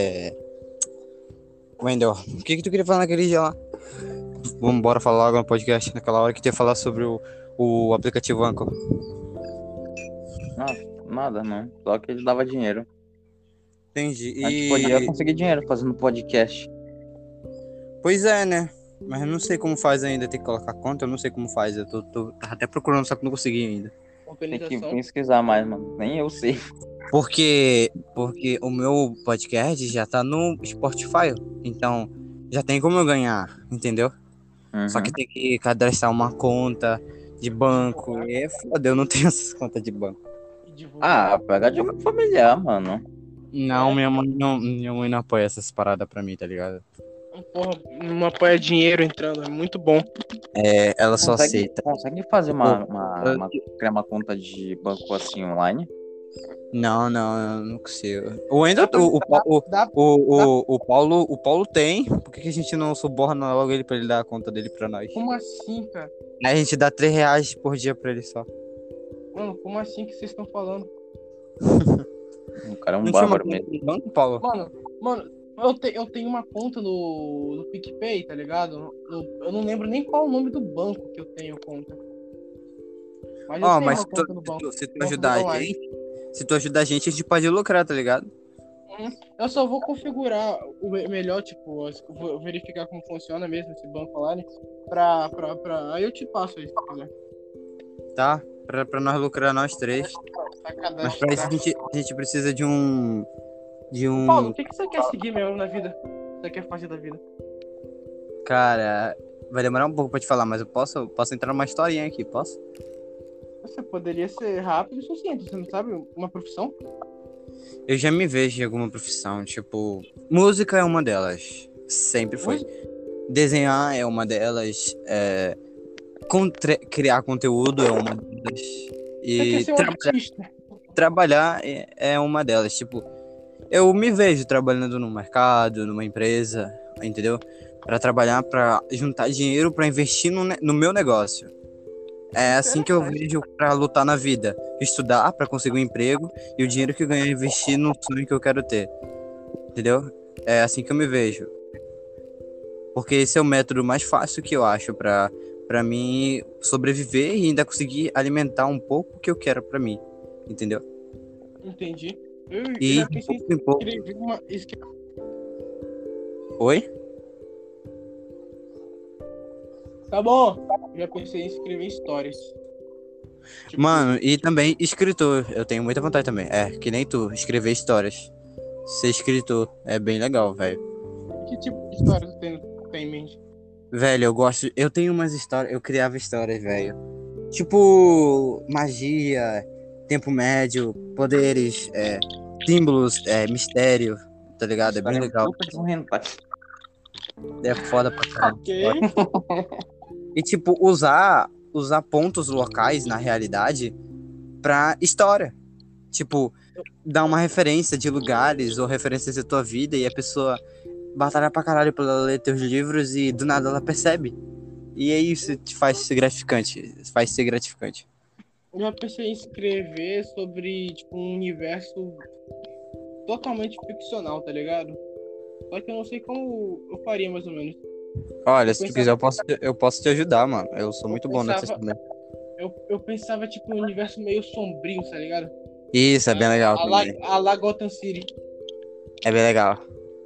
Wendel, o que tu queria falar naquele dia lá? Vamos embora falar logo no podcast, naquela hora que tu ia falar sobre o aplicativo Anchor. Nada, não. Só que ele dava dinheiro. Entendi. A gente podia conseguir dinheiro fazendo podcast. Pois é, né? Mas eu não sei como faz ainda, tem que colocar conta, eu não sei como faz. Eu tô até procurando, só que não consegui ainda. Tem que pesquisar mais, mano. Nem eu sei. Porque o meu podcast já tá no Spotify, então já tem como eu ganhar, entendeu? Uhum. Só que tem que cadastrar uma conta de banco, e é foda, eu não tenho essas contas de banco. Pega de um familiar, mano. Não, minha mãe não apoia essas paradas pra mim, tá ligado? Porra, não apoia dinheiro entrando, é muito bom. Ela só aceita. Consegue fazer criar uma conta de banco assim online? Não, eu não consigo. O Paulo tem. Por que a gente não suborna logo ele pra ele dar a conta dele pra nós? Como assim, cara? Aí a gente dá R$3 por dia pra ele só. Mano, como assim que vocês estão falando? O cara é um bárbaro mesmo. Banco, Paulo? Mano, eu tenho uma conta no PicPay, tá ligado? Eu não lembro nem qual é o nome do banco que eu tenho conta. Mas eu tenho uma conta no banco. Se tu ajudar a gente, a gente pode lucrar, tá ligado? Eu só vou configurar o melhor, tipo, vou verificar como funciona mesmo esse banco online. Aí eu te passo isso, se quiser. Tá, pra nós lucrar nós três. Mas pra isso a gente precisa de um. Paulo, o que você quer seguir mesmo na vida? O que você quer fazer da vida? Cara, vai demorar um pouco pra te falar, mas eu posso entrar numa historinha aqui, posso? Você poderia ser rápido e suficiente, você não sabe uma profissão? Eu já me vejo em alguma profissão, tipo, música é uma delas, sempre foi. Desenhar é uma delas, criar conteúdo é uma delas. E você quer ser um artista? Trabalhar é uma delas, tipo, eu me vejo trabalhando no mercado, numa empresa, entendeu? Pra trabalhar, pra juntar dinheiro pra investir no meu negócio. É assim que eu vejo pra lutar na vida. Estudar pra conseguir um emprego e o dinheiro que eu ganhar investir no sonho que eu quero ter. Entendeu? É assim que eu me vejo. Porque esse é o método mais fácil que eu acho pra mim sobreviver e ainda conseguir alimentar um pouco o que eu quero pra mim. Entendeu? Entendi. E já pensei em escrever uma... Oi? Tá bom. Já pensei em escrever histórias. Tipo... Mano, e também escritor. Eu tenho muita vontade também. Que nem tu, escrever histórias. Ser escritor é bem legal, velho. Que tipo de história tu tem em mente? Velho, eu tenho umas histórias, eu criava histórias, velho. Tipo, magia, tempo médio, poderes, símbolos, mistério, tá ligado? É bem legal. Puta de um hentai. É foda pra caralho. Ok. E, tipo, usar pontos locais na realidade pra história. Tipo, dar uma referência de lugares ou referências da tua vida e a pessoa batalha pra caralho pra ela ler teus livros e do nada ela percebe. E é isso que faz ser gratificante. Faz ser gratificante. Eu já pensei em escrever sobre, tipo, um universo totalmente ficcional, tá ligado? Só que eu não sei como eu faria, mais ou menos. Olha, Eu se tu pensava, quiser, eu posso te ajudar, mano. Eu sou eu muito bom nessa pensava, também. eu pensava, tipo, um universo meio sombrio, tá ligado? Isso, é bem legal também. A la Gotham City. É bem legal.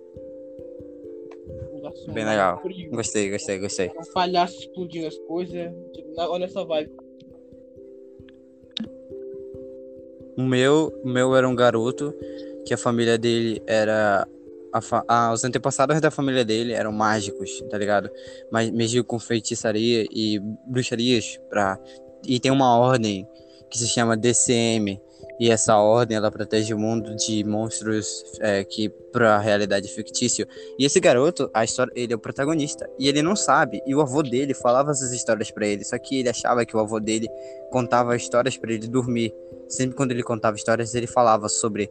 Um lugar Bem sombrio, legal. frio. Gostei. Um palhaço explodindo as coisas. Tipo, olha essa vibe. O meu era um garoto que a família dele era. Os antepassados da família dele eram mágicos, tá ligado? Mas mexiam com feitiçaria e bruxarias e tem uma ordem que se chama DCM. E essa ordem ela protege o mundo de monstros que pra realidade é fictício. E esse garoto, a história, ele é o protagonista. E ele não sabe. E o avô dele falava essas histórias pra ele. Só que ele achava que o avô dele contava histórias pra ele dormir. Sempre quando ele contava histórias, ele falava sobre.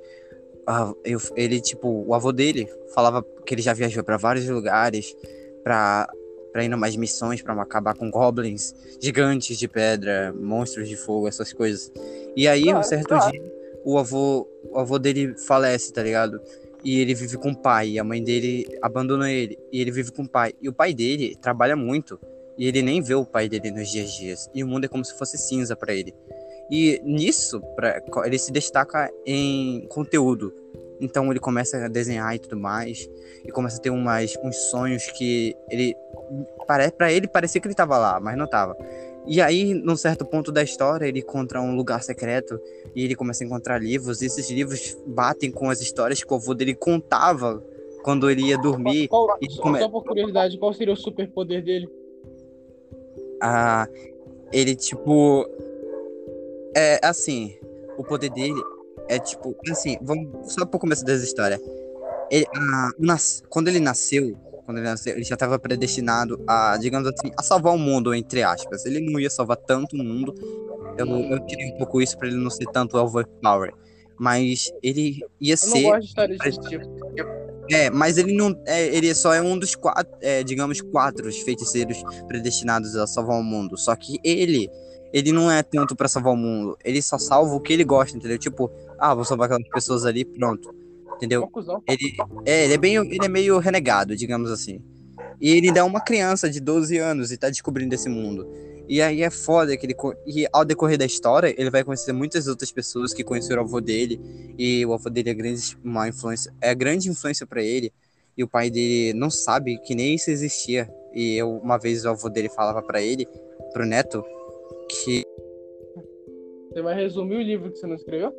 O avô dele falava que ele já viajou para vários lugares para ir numas missões para acabar com goblins gigantes de pedra, monstros de fogo, essas coisas. E aí, um certo dia, o avô dele falece, tá ligado? E ele vive com o pai, e a mãe dele abandona ele, e ele vive com o pai. E o pai dele trabalha muito, e ele nem vê o pai dele nos dias a dias. E o mundo é como se fosse cinza para ele. E nisso, ele se destaca em conteúdo. Então ele começa a desenhar e tudo mais. E começa a ter uns sonhos que pra ele parecia que ele tava lá, mas não tava. E aí, num certo ponto da história, ele encontra um lugar secreto e ele começa a encontrar livros. E esses livros batem com as histórias que o avô dele contava quando ele ia dormir. Só por curiosidade, qual seria o superpoder dele? Ele, tipo, é assim, o poder dele é tipo, assim, vamos só pro começo dessa história. Quando ele nasceu, ele já estava predestinado a, digamos assim, a salvar o mundo, entre aspas. Ele não ia salvar tanto o mundo. Eu tirei um pouco isso pra ele não ser tanto overpower. Mas ele ia Eu não ser. gosto de histórias desse tipo. Mas ele não. Ele só é um dos quatro, digamos, quatro feiticeiros predestinados a salvar o mundo. Só que ele não é tanto pra salvar o mundo. Ele só salva o que ele gosta, entendeu? Tipo, vou salvar aquelas pessoas ali, pronto. Entendeu? Conclusão. Ele é meio renegado, digamos assim. E ele ainda é uma criança de 12 anos e tá descobrindo esse mundo. E aí é foda que e ao decorrer da história, ele vai conhecer muitas outras pessoas que conheceram o avô dele. E o avô dele é grande influência pra ele. E o pai dele não sabe que nem isso existia. E uma vez o avô dele falava pra ele, pro neto, que Você vai resumir o livro que você não escreveu?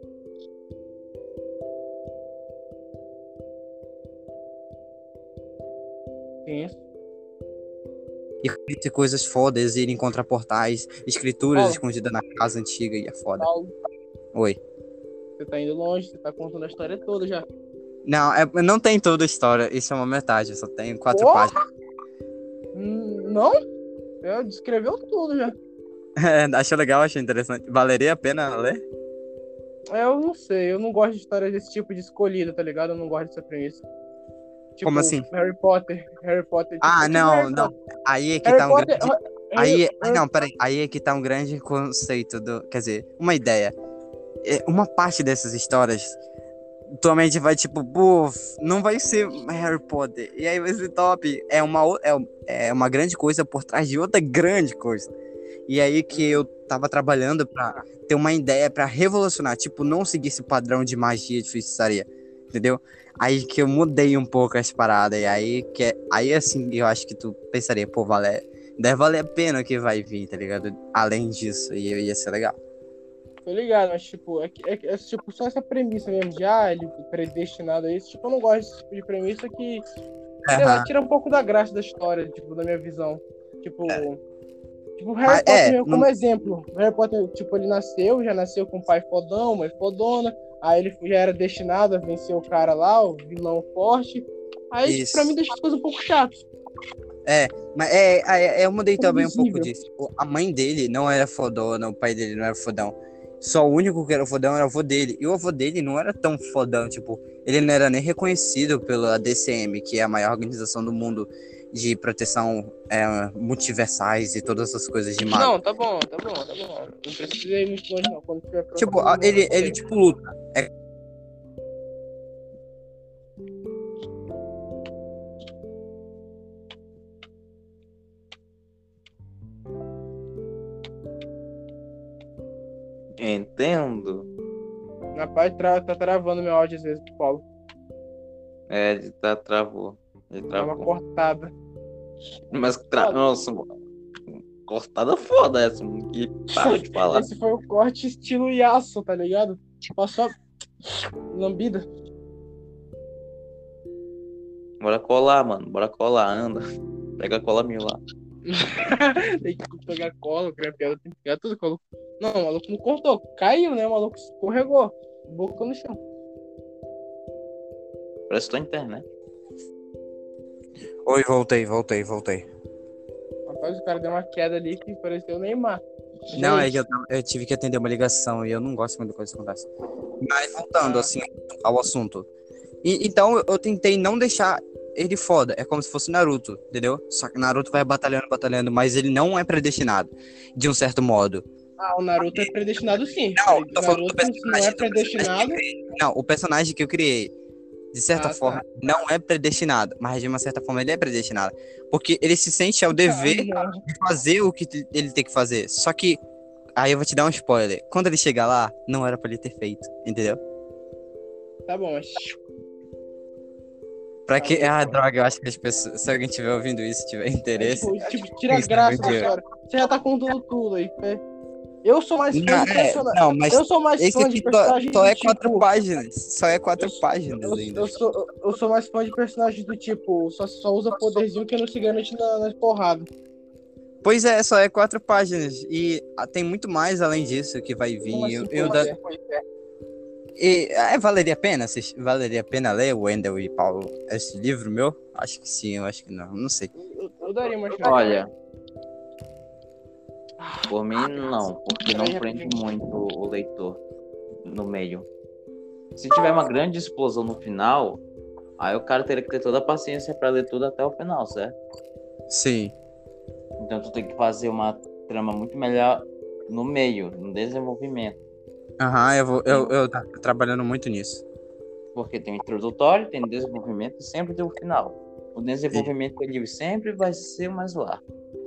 Sim. e conhecer coisas fodas, e ele encontra portais, escrituras Paulo. escondidas na casa antiga e é foda. Paulo, Oi. você tá indo longe, você tá contando a história toda já. Não, não tem toda a história, isso é uma metade, só tem 4 Porra! páginas. Não? Eu descreveu tudo já. Achei legal, achei interessante. Valeria a pena ler? Eu não sei, eu não gosto de histórias desse tipo de escolhida, tá ligado? Eu não gosto dessa premissa. Tipo, Como assim? Harry Potter. Tipo, Não, Harry não. Potter. Aí é que Harry tá um Potter. grande. Harry- Peraí. Aí é que tá um grande conceito quer dizer, uma ideia. Uma parte dessas histórias, tua mente vai tipo, pô, não vai ser Harry Potter. E aí vai ser top. É uma grande coisa por trás de outra grande coisa. E aí que eu tava trabalhando pra ter uma ideia pra revolucionar, tipo, não seguir esse padrão de magia de feitiçaria, entendeu? Aí que eu mudei um pouco as paradas, e aí assim, eu acho que tu pensaria, pô, deve valer a pena o que vai vir, tá ligado? Além disso, e ia ser legal. Tô ligado, mas tipo, tipo, só essa premissa mesmo de ele predestinado a isso. Tipo, eu não gosto desse tipo de premissa que, sei lá, tira um pouco da graça da história, tipo, da minha visão. Tipo, tipo, Harry Potter mesmo, como exemplo. O Harry Potter, tipo, ele já nasceu com um pai fodão, mãe fodona. Aí ele já era destinado a vencer o cara lá, o vilão forte. Aí, Isso. pra mim, deixa as coisas um pouco chatas. Mas eu mudei também um pouco Previsível. disso. A mãe dele não era fodona, o pai dele não era fodão. Só o único que era fodão era o avô dele. E o avô dele não era tão fodão, tipo, ele não era nem reconhecido pela DCM, que é a maior organização do mundo de proteção multiversais e todas essas coisas de mago. Não, tá bom. Não precisa ir muito longe, não. Quando tiver Tipo, pronto, ele tipo luta. Entendo. Rapaz, tá travando meu áudio às vezes, Paulo. Ele travou. Ele Dá uma travou. cortada. Mas, nossa, cortada foda essa, mano. Que para de falar. Esse foi o corte estilo Yasuo, tá ligado? Passou lambida. Bora colar, mano. Bora colar, anda. Pega a cola minha lá. Tem que pegar cola, piada, tem que pegar tudo. Colo... Não, o maluco não cortou. Caiu, né? O maluco escorregou. Boca no chão. Parece tua internet. Oi, voltei. Rapaz, o cara deu uma queda ali que pareceu o Neymar. Não, é Gente, que eu tive que atender uma ligação e eu não gosto muito quando isso acontece. Mas voltando, assim, ao assunto. Então eu tentei não deixar ele foda. É como se fosse Naruto, entendeu? Só que Naruto vai batalhando, mas ele não é predestinado, de um certo modo. o Naruto é predestinado sim. Não, tô falando do Naruto se não é predestinado. Não, o personagem que eu criei, de certa Tá. forma, não é predestinado, mas de uma certa forma ele é predestinado. Porque ele se sente ao dever de fazer o que ele tem que fazer. Só que, aí eu vou te dar um spoiler. Quando ele chegar lá, não era pra ele ter feito, entendeu? Tá bom, mas Pra que... Ah, droga, eu acho que as pessoas, se alguém estiver ouvindo isso, tiver interesse... tipo, tira a graça da história. Você já tá contando tudo aí. Eu sou mais fã de personagem. Não, mas Eu sou mais esse fã de aqui personagens só é do 4 tipo... páginas. Só é 4 páginas ainda. Eu sou mais fã de personagens do tipo, só usa poderzinho que não se garante nas porradas. Pois é, só é 4 páginas. E tem muito mais além disso que vai vir. Valeria a pena? Valeria a pena ler o Wendel e Paulo esse livro meu? Acho que sim, eu acho que não sei. Eu daria uma chance. Olha, por mim não, porque não prende muito o leitor no meio. Se tiver uma grande explosão no final, aí o cara teria que ter toda a paciência pra ler tudo até o final, certo? Sim. Então tu tem que fazer uma trama muito melhor no meio, no desenvolvimento. Eu tô trabalhando muito nisso. Porque tem o introdutório, tem o desenvolvimento e sempre tem o final. O desenvolvimento do livro sempre vai ser o mais largo.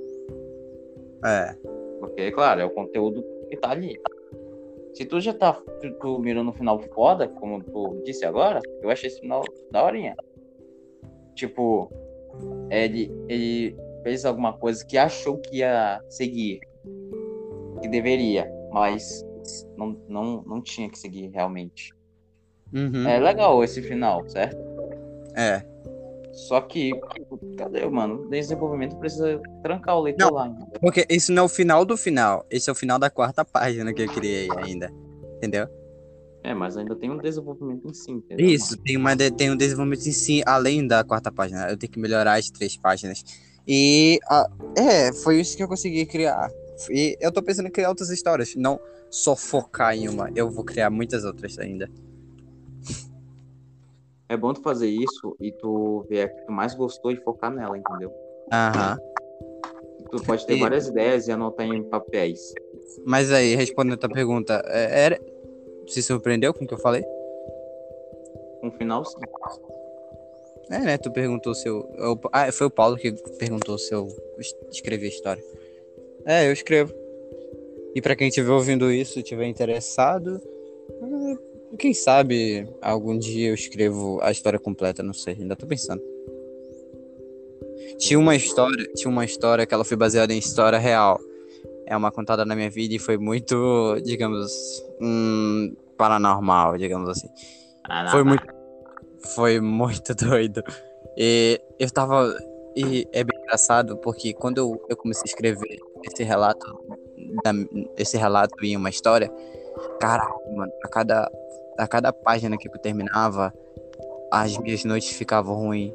Porque, claro, é o conteúdo que tá ali. Se tu já tá tu mirando no final foda, como tu disse agora, eu achei esse final daorinha. Tipo, ele fez alguma coisa que achou que ia seguir, que deveria, mas não tinha que seguir realmente. Uhum. É legal esse final, certo? É. Só que, cadê, mano? O desenvolvimento precisa trancar o leitor lá. Porque isso não é o final do final. Esse é o final da 4ª página que eu criei ainda. Entendeu? Mas ainda tem um desenvolvimento em si, entendeu? Isso, tem um desenvolvimento em si, além da 4ª página. Eu tenho que melhorar as 3 páginas. E foi isso que eu consegui criar. E eu tô pensando em criar outras histórias, não só focar em uma. Eu vou criar muitas outras ainda. É bom tu fazer isso e tu ver a que tu mais gostou e focar nela, entendeu? Aham. Tu pode ter várias ideias e anotar em papéis. Mas aí, respondendo a tua pergunta, se surpreendeu com o que eu falei? No final, sim. Né? Tu perguntou se eu... foi o Paulo que perguntou se eu escrevi a história. Eu escrevo. E pra quem estiver ouvindo isso, estiver interessado, quem sabe algum dia eu escrevo a história completa, não sei, ainda tô pensando. Tinha uma história que ela foi baseada em história real. É uma contada na minha vida e foi muito, digamos, paranormal, digamos assim. Foi muito doido. E é bem engraçado porque quando eu comecei a escrever esse relato em uma história, caralho, mano, a cada página que eu terminava, as minhas noites ficavam ruins.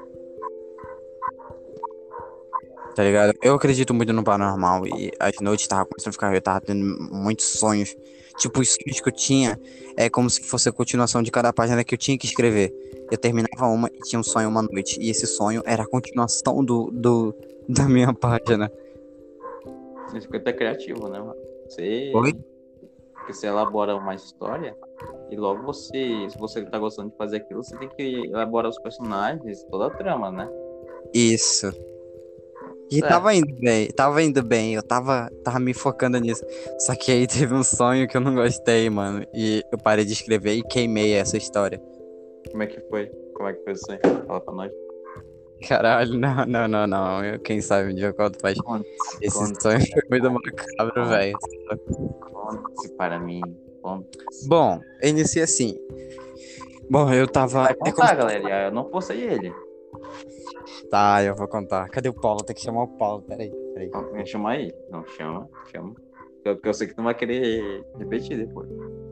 Tá ligado? Eu acredito muito no paranormal e as noites tava começando a ficar, eu tava tendo muitos sonhos. Tipo, os sonhos que eu tinha é como se fosse a continuação de cada página que eu tinha que escrever. Eu terminava uma e tinha um sonho uma noite. E esse sonho era a continuação da minha página. Você fica até criativo, né, mano? Oi? Porque você elabora uma história e logo você, se você tá gostando de fazer aquilo, você tem que elaborar os personagens, toda a trama, né? Isso. E Certo. tava indo bem, eu tava me focando nisso. Só que aí teve um sonho que eu não gostei, mano. E eu parei de escrever e queimei essa história. Como é que foi? Como é que foi isso aí? Fala pra nós. Caralho, não. Quem sabe um dia eu conto, mas esse Conte sonho foi muito macabro, velho. para mim. Conte. Bom, eu iniciei assim. Bom, eu tava. Vai contar, galera. Eu não postei ele. Tá, eu vou contar. Cadê o Paulo? Tem que chamar o Paulo. Peraí. Não, chama aí. Não, chama. Porque eu sei que tu não vai querer repetir depois.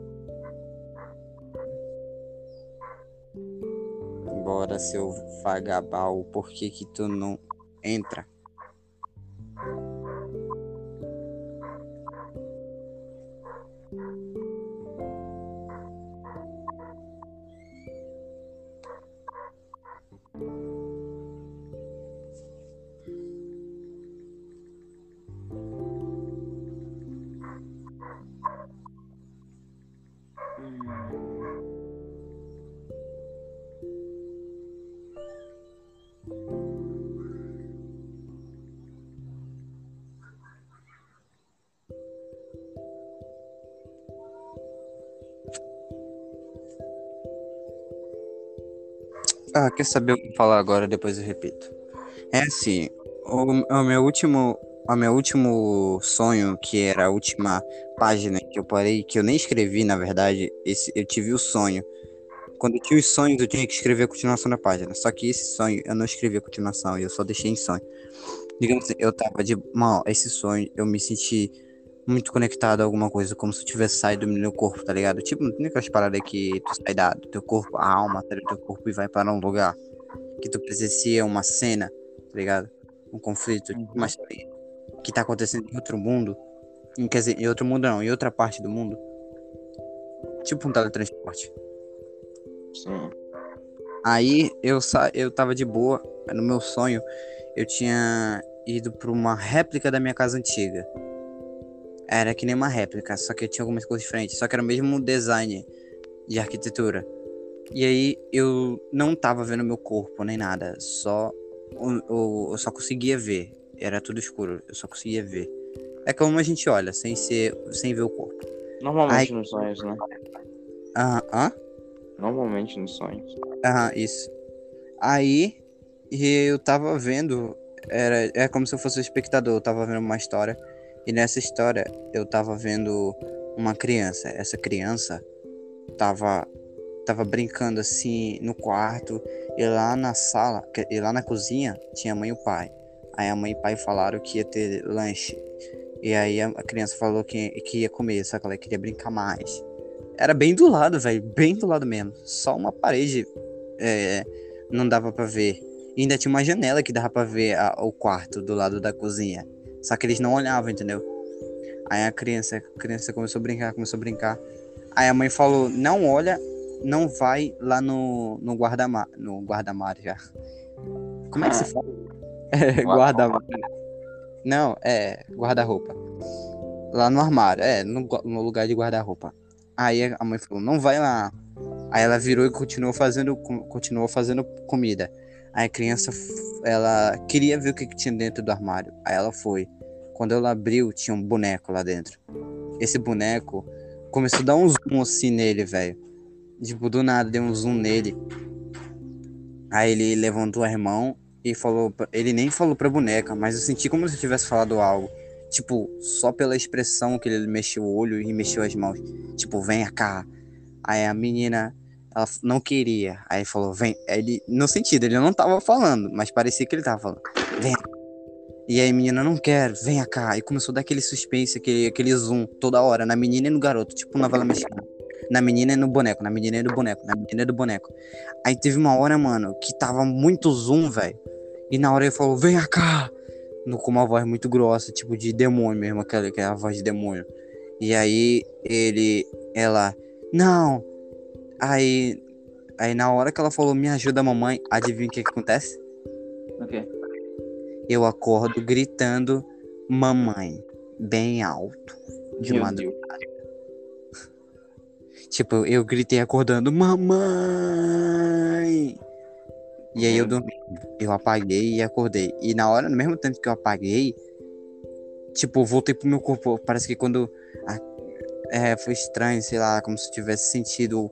Bora, seu vagabal, por que que tu não entra? Ah, quer saber o que falar agora, depois eu repito. É assim, o meu último sonho, que era a última página que eu parei, que eu nem escrevi, na verdade, eu tive o sonho. Quando eu tinha os sonhos, eu tinha que escrever a continuação da página. Só que esse sonho, eu não escrevi a continuação, eu só deixei em sonho. Digamos assim, eu tava de mal, esse sonho, eu me senti muito conectado a alguma coisa, como se eu tivesse saído do meu corpo, tá ligado? Tipo, não tem aquelas paradas que tu sai do teu corpo, a alma sai do teu corpo e vai para um lugar. Que tu presencia uma cena, tá ligado? Um conflito, uma história que tá acontecendo em outro mundo. Quer dizer, em outro mundo não, em outra parte do mundo. Tipo um teletransporte. Sim. Aí eu tava de boa, no meu sonho, eu tinha ido pra uma réplica da minha casa antiga. Era que nem uma réplica, só que tinha algumas coisas diferentes. Só que era o mesmo design de arquitetura. E aí eu não tava vendo meu corpo nem nada. Eu só conseguia ver. Era tudo escuro, eu só conseguia ver. É como a gente olha, sem ver o corpo. Normalmente nos sonhos, né? Normalmente nos sonhos. Isso. Aí eu tava vendo. É como se eu fosse o espectador, eu tava vendo uma história. E nessa história eu tava vendo uma criança. Essa criança tava brincando assim no quarto. E lá na sala, e lá na cozinha, tinha a mãe e o pai. Aí a mãe e o pai falaram que ia ter lanche. E aí a criança falou que ia comer, só que ela queria brincar mais. Era bem do lado, velho, bem do lado mesmo. Só uma parede não dava pra ver. E ainda tinha uma janela que dava pra ver o quarto do lado da cozinha. Só que eles não olhavam, entendeu? Aí a criança começou a brincar. Aí a mãe falou, não olha, não vai lá no guarda-mar já. Como é que se fala? Guarda-mar. Não, guarda-roupa. Lá no armário, no lugar de guarda-roupa. Aí a mãe falou, não vai lá. Aí ela virou e continuou fazendo comida. Aí a criança, ela queria ver o que tinha dentro do armário. Aí ela foi. Quando ela abriu, tinha um boneco lá dentro. Esse boneco começou a dar um zoom assim nele, velho. Tipo, do nada, deu um zoom nele. Aí ele levantou a mão e falou... Ele nem falou pra boneca, mas eu senti como se tivesse falado algo. Tipo, só pela expressão que ele mexeu o olho e mexeu as mãos. Tipo, venha cá. Aí a menina, ela não queria. Aí falou, vem. Ele, no sentido, ele não tava falando, mas parecia que ele tava falando. Vem. E aí a menina, não quero, venha cá. E começou a dar aquele suspense, aquele zoom toda hora, na menina e no garoto, tipo novela mexicana. na menina e no boneco, na menina e no boneco, na menina e do boneco. Aí teve uma hora, mano, que tava muito zoom, velho. E na hora ele falou, vem cá! Com uma voz muito grossa, tipo de demônio mesmo, aquela voz de demônio. E aí ela, não. Aí na hora que ela falou, me ajuda, mamãe, adivinha o que acontece? O quê? Eu acordo gritando, mamãe, bem alto, de Meu madrugada. Tipo, eu gritei acordando, mamãe! E aí eu dormi, eu apaguei e acordei. E na hora, no mesmo tempo que eu apaguei, tipo, eu voltei pro meu corpo. Parece que quando foi estranho, sei lá, como se eu tivesse sentido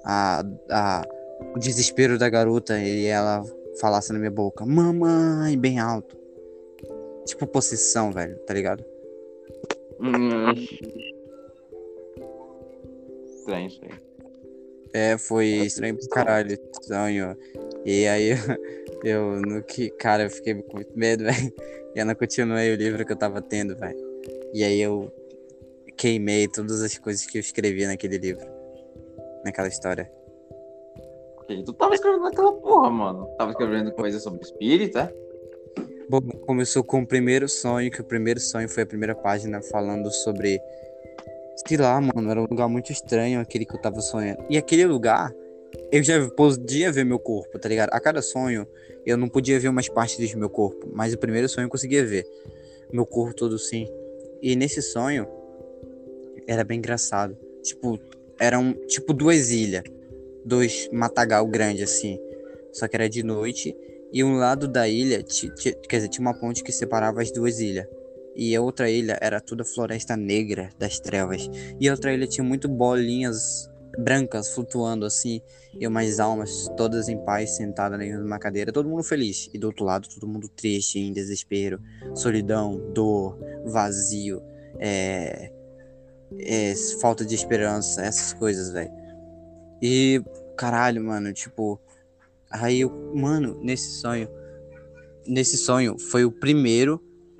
o desespero da garota e ela falasse na minha boca, mamãe, bem alto. Tipo possessão, velho, tá ligado? Estranho isso aí. Foi estranho pro caralho esse sonho. E aí cara, eu fiquei com muito medo, velho. E eu não continuei o livro que eu tava tendo, velho. E aí eu queimei todas as coisas que eu escrevi naquele livro. Naquela história. Tu tava escrevendo aquela porra, mano. Tava escrevendo coisas sobre espírito, é? Bom, começou com o primeiro sonho, que o primeiro sonho foi a primeira página falando sobre... Sei lá, mano, era um lugar muito estranho aquele que eu tava sonhando. E aquele lugar, eu já podia ver meu corpo, tá ligado? A cada sonho, eu não podia ver umas partes do meu corpo, mas o primeiro sonho eu conseguia ver. Meu corpo todo sim. E nesse sonho, era bem engraçado. Tipo, eram tipo duas ilhas. Dois matagal grandes, assim. Só que era de noite. E um lado da ilha, quer dizer, tinha uma ponte que separava as duas ilhas. E a outra ilha era toda floresta negra das trevas. E a outra ilha tinha muito bolinhas brancas flutuando assim. E umas almas todas em paz, sentadas numa cadeira. Todo mundo feliz. E do outro lado, todo mundo triste, em desespero. Solidão, dor, vazio. Falta de esperança. Essas coisas, velho. E, caralho, mano, tipo... Aí mano, nesse sonho foi o primeiro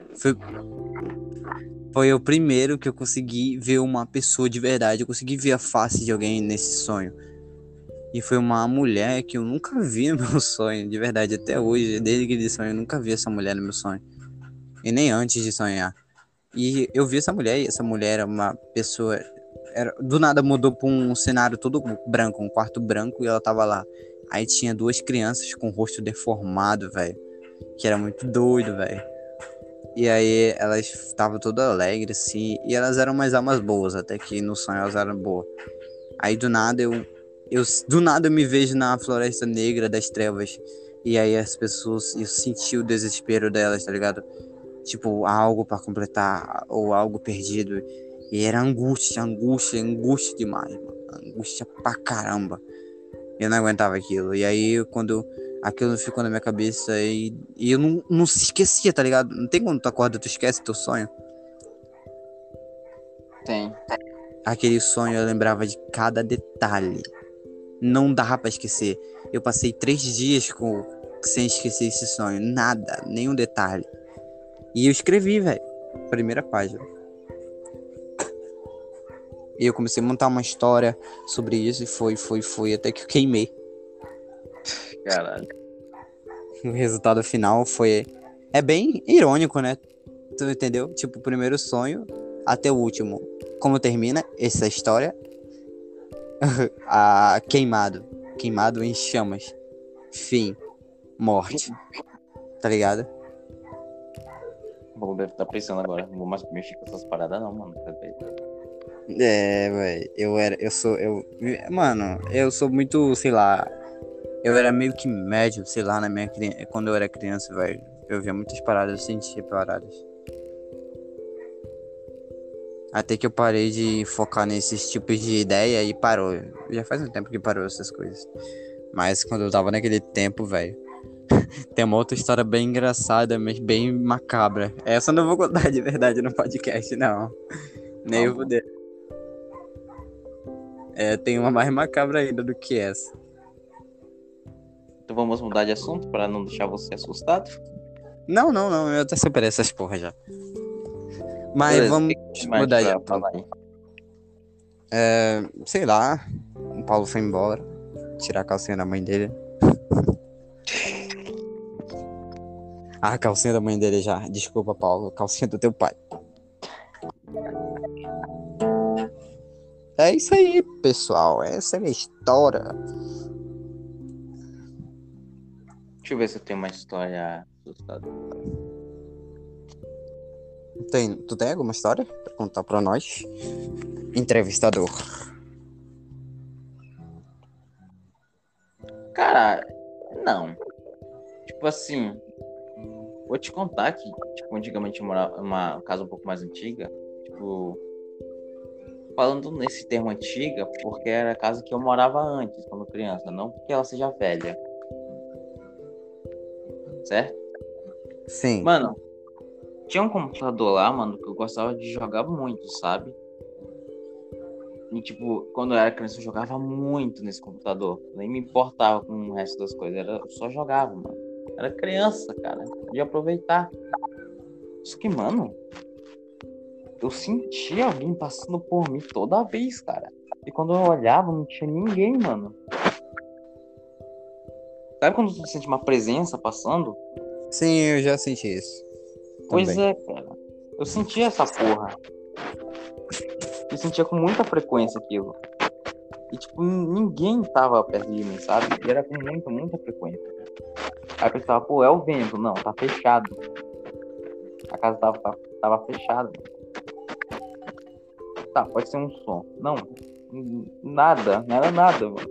que eu consegui ver uma pessoa de verdade. Eu consegui ver a face de alguém nesse sonho. E foi uma mulher que eu nunca vi no meu sonho, de verdade, até hoje, desde aquele sonho, eu nunca vi essa mulher no meu sonho. E nem antes de sonhar. E eu vi essa mulher, e essa mulher era uma pessoa... do nada mudou pra um cenário todo branco, um quarto branco, e ela tava lá. Aí tinha duas crianças com o rosto deformado, velho. Que era muito doido, velho. E aí elas estavam todas alegres, assim. E elas eram umas almas boas, até que no sonho elas eram boas. Aí do nada do nada eu me vejo na floresta negra das trevas. E aí as pessoas, eu senti o desespero delas, tá ligado? Tipo, algo pra completar, ou algo perdido. E era angústia demais, mano. Angústia pra caramba. Eu não aguentava aquilo. E aí, quando aquilo ficou na minha cabeça, e eu não se esquecia, tá ligado? Não tem quando tu acorda, tu esquece teu sonho. Tem. Aquele sonho eu lembrava de cada detalhe. Não dava pra esquecer. Eu passei 3 dias sem esquecer esse sonho. Nada, nenhum detalhe. E eu escrevi, velho. Primeira página. E eu comecei a montar uma história sobre isso e foi até que eu queimei. Caralho. O resultado final é bem irônico, né? Tu entendeu? Tipo, o primeiro sonho até o último. Como termina essa história? Queimado em chamas. Fim. Morte. Tá ligado? O Paulo deve estar pensando agora. Não vou mais mexer com essas paradas, não, mano. Velho. Mano, eu sou muito, sei lá. Eu era meio que médio, sei lá, quando eu era criança, velho. Eu via muitas paradas, eu sentia paradas. Até que eu parei de focar nesses tipos de ideia e parou. Já faz um tempo que parou essas coisas. Mas quando eu tava naquele tempo, velho. Tem uma outra história bem engraçada, mas bem macabra. Essa eu não vou contar de verdade no podcast, não. Nem eu vou. Tem uma mais macabra ainda do que essa. Então vamos mudar de assunto para não deixar você assustado? Não, eu até superei essas porra já. Mas beleza, vamos mudar de falar aí. Sei lá, o Paulo foi embora, tirar a calcinha da mãe dele. A calcinha da mãe dele já. Desculpa, Paulo, calcinha do teu pai. É isso aí, pessoal. Essa é a minha história. Deixa eu ver se eu tenho uma história assustadora. Tu tem alguma história pra contar pra nós? Entrevistador. Cara, não. Tipo assim, vou te contar que, tipo, antigamente eu morava uma casa um pouco mais antiga. Tipo, falando nesse termo antiga, porque era a casa que eu morava antes, quando criança, não porque ela seja velha. Certo? Sim. Mano, tinha um computador lá, mano, que eu gostava de jogar muito, sabe? E, tipo, quando eu era criança, eu jogava muito nesse computador. Nem me importava com o resto das coisas. Eu só jogava, mano. Era criança, cara. Podia aproveitar. Só que, mano, eu sentia alguém passando por mim toda vez, cara. E quando eu olhava, não tinha ninguém, mano. Sabe quando tu sente uma presença passando? Sim, eu já senti isso. Pois Também. é, cara. Eu sentia essa porra. Eu sentia com muita frequência aquilo. E, tipo, ninguém tava perto de mim, sabe? E era com muita, muita frequência. Aí eu pensava, pô, é o vento. Não, tá fechado. A casa tava fechada. Tá, pode ser um som. Não, nada, não era nada, mano.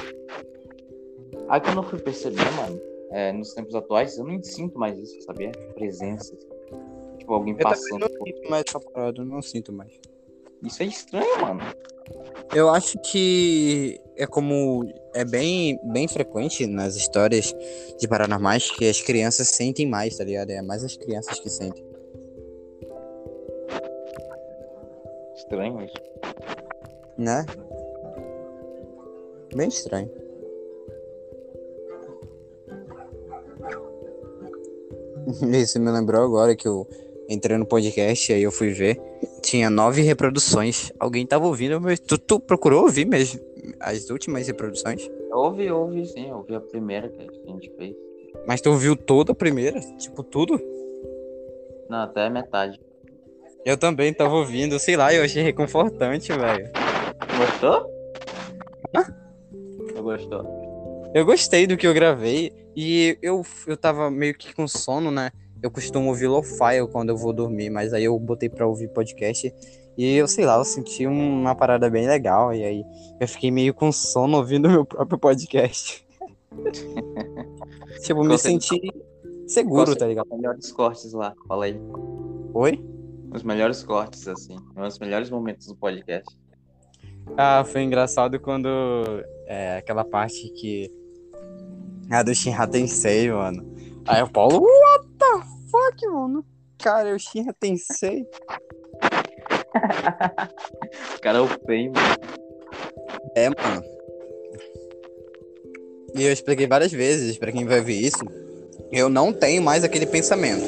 Aí quando eu fui perceber, mano, nos tempos atuais, eu nem sinto mais isso, sabia? Presença. Tipo, alguém Eu também passando. não sinto mais essa parada, não sinto mais. Isso é estranho, mano. Eu acho que é bem frequente nas histórias de paranormais que as crianças sentem mais, tá ligado? É mais as crianças que sentem. Estranho isso. Né? Bem estranho. Isso me lembrou agora que eu entrei no podcast, aí eu fui ver. Tinha 9 reproduções. Alguém tava ouvindo, mas tu procurou ouvir mesmo as últimas reproduções? Ouvi, sim. Eu ouvi a primeira que a gente fez. Mas tu ouviu toda a primeira? Tipo, tudo? Não, até a metade. Eu também tava ouvindo, sei lá, eu achei reconfortante, velho. Gostou? Não gostou? Eu gostei do que eu gravei e eu tava meio que com sono, né? Eu costumo ouvir lo-fi quando eu vou dormir, mas aí eu botei pra ouvir podcast e eu, sei lá, eu senti uma parada bem legal e aí eu fiquei meio com sono ouvindo meu próprio podcast. Tipo, me senti seguro, tá ligado? Os melhores cortes lá, fala aí. Oi? Os melhores cortes, assim. Os melhores momentos do podcast. Ah, foi engraçado quando aquela parte que a do Shinra Tensei, mano. Aí o Paulo, what the fuck, mano? Cara, o Shinra Tensei. O cara é o feio, mano. É, mano. E eu expliquei várias vezes pra quem vai ver isso. Eu não tenho mais aquele pensamento.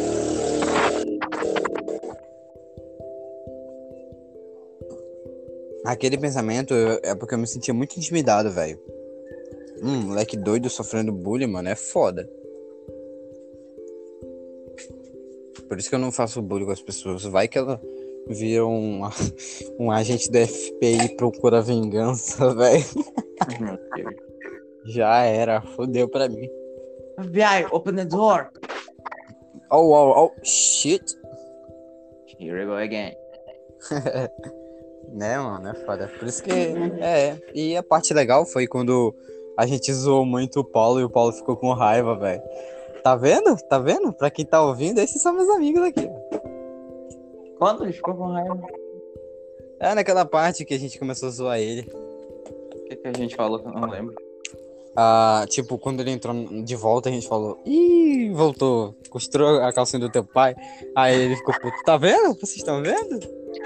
Aquele pensamento é porque eu me sentia muito intimidado, velho. Moleque doido sofrendo bullying, mano, é foda. Por isso que eu não faço bullying com as pessoas. Vai que ela vira um agente da FBI e procura vingança, velho. Meu Deus. Já era, fodeu pra mim. FBI, open the door. Oh, shit. Here we go again. Né, mano, é foda. Por isso que, E a parte legal foi quando a gente zoou muito o Paulo e o Paulo ficou com raiva, velho. Tá vendo? Tá vendo? Pra quem tá ouvindo, esses são meus amigos aqui. Quando ele ficou com raiva? É naquela parte que a gente começou a zoar ele. O que a gente falou que eu não lembro? Tipo, quando ele entrou de volta, a gente falou: Ih, voltou, costurou a calcinha do teu pai. Aí ele ficou puto: Tá vendo? Vocês estão vendo?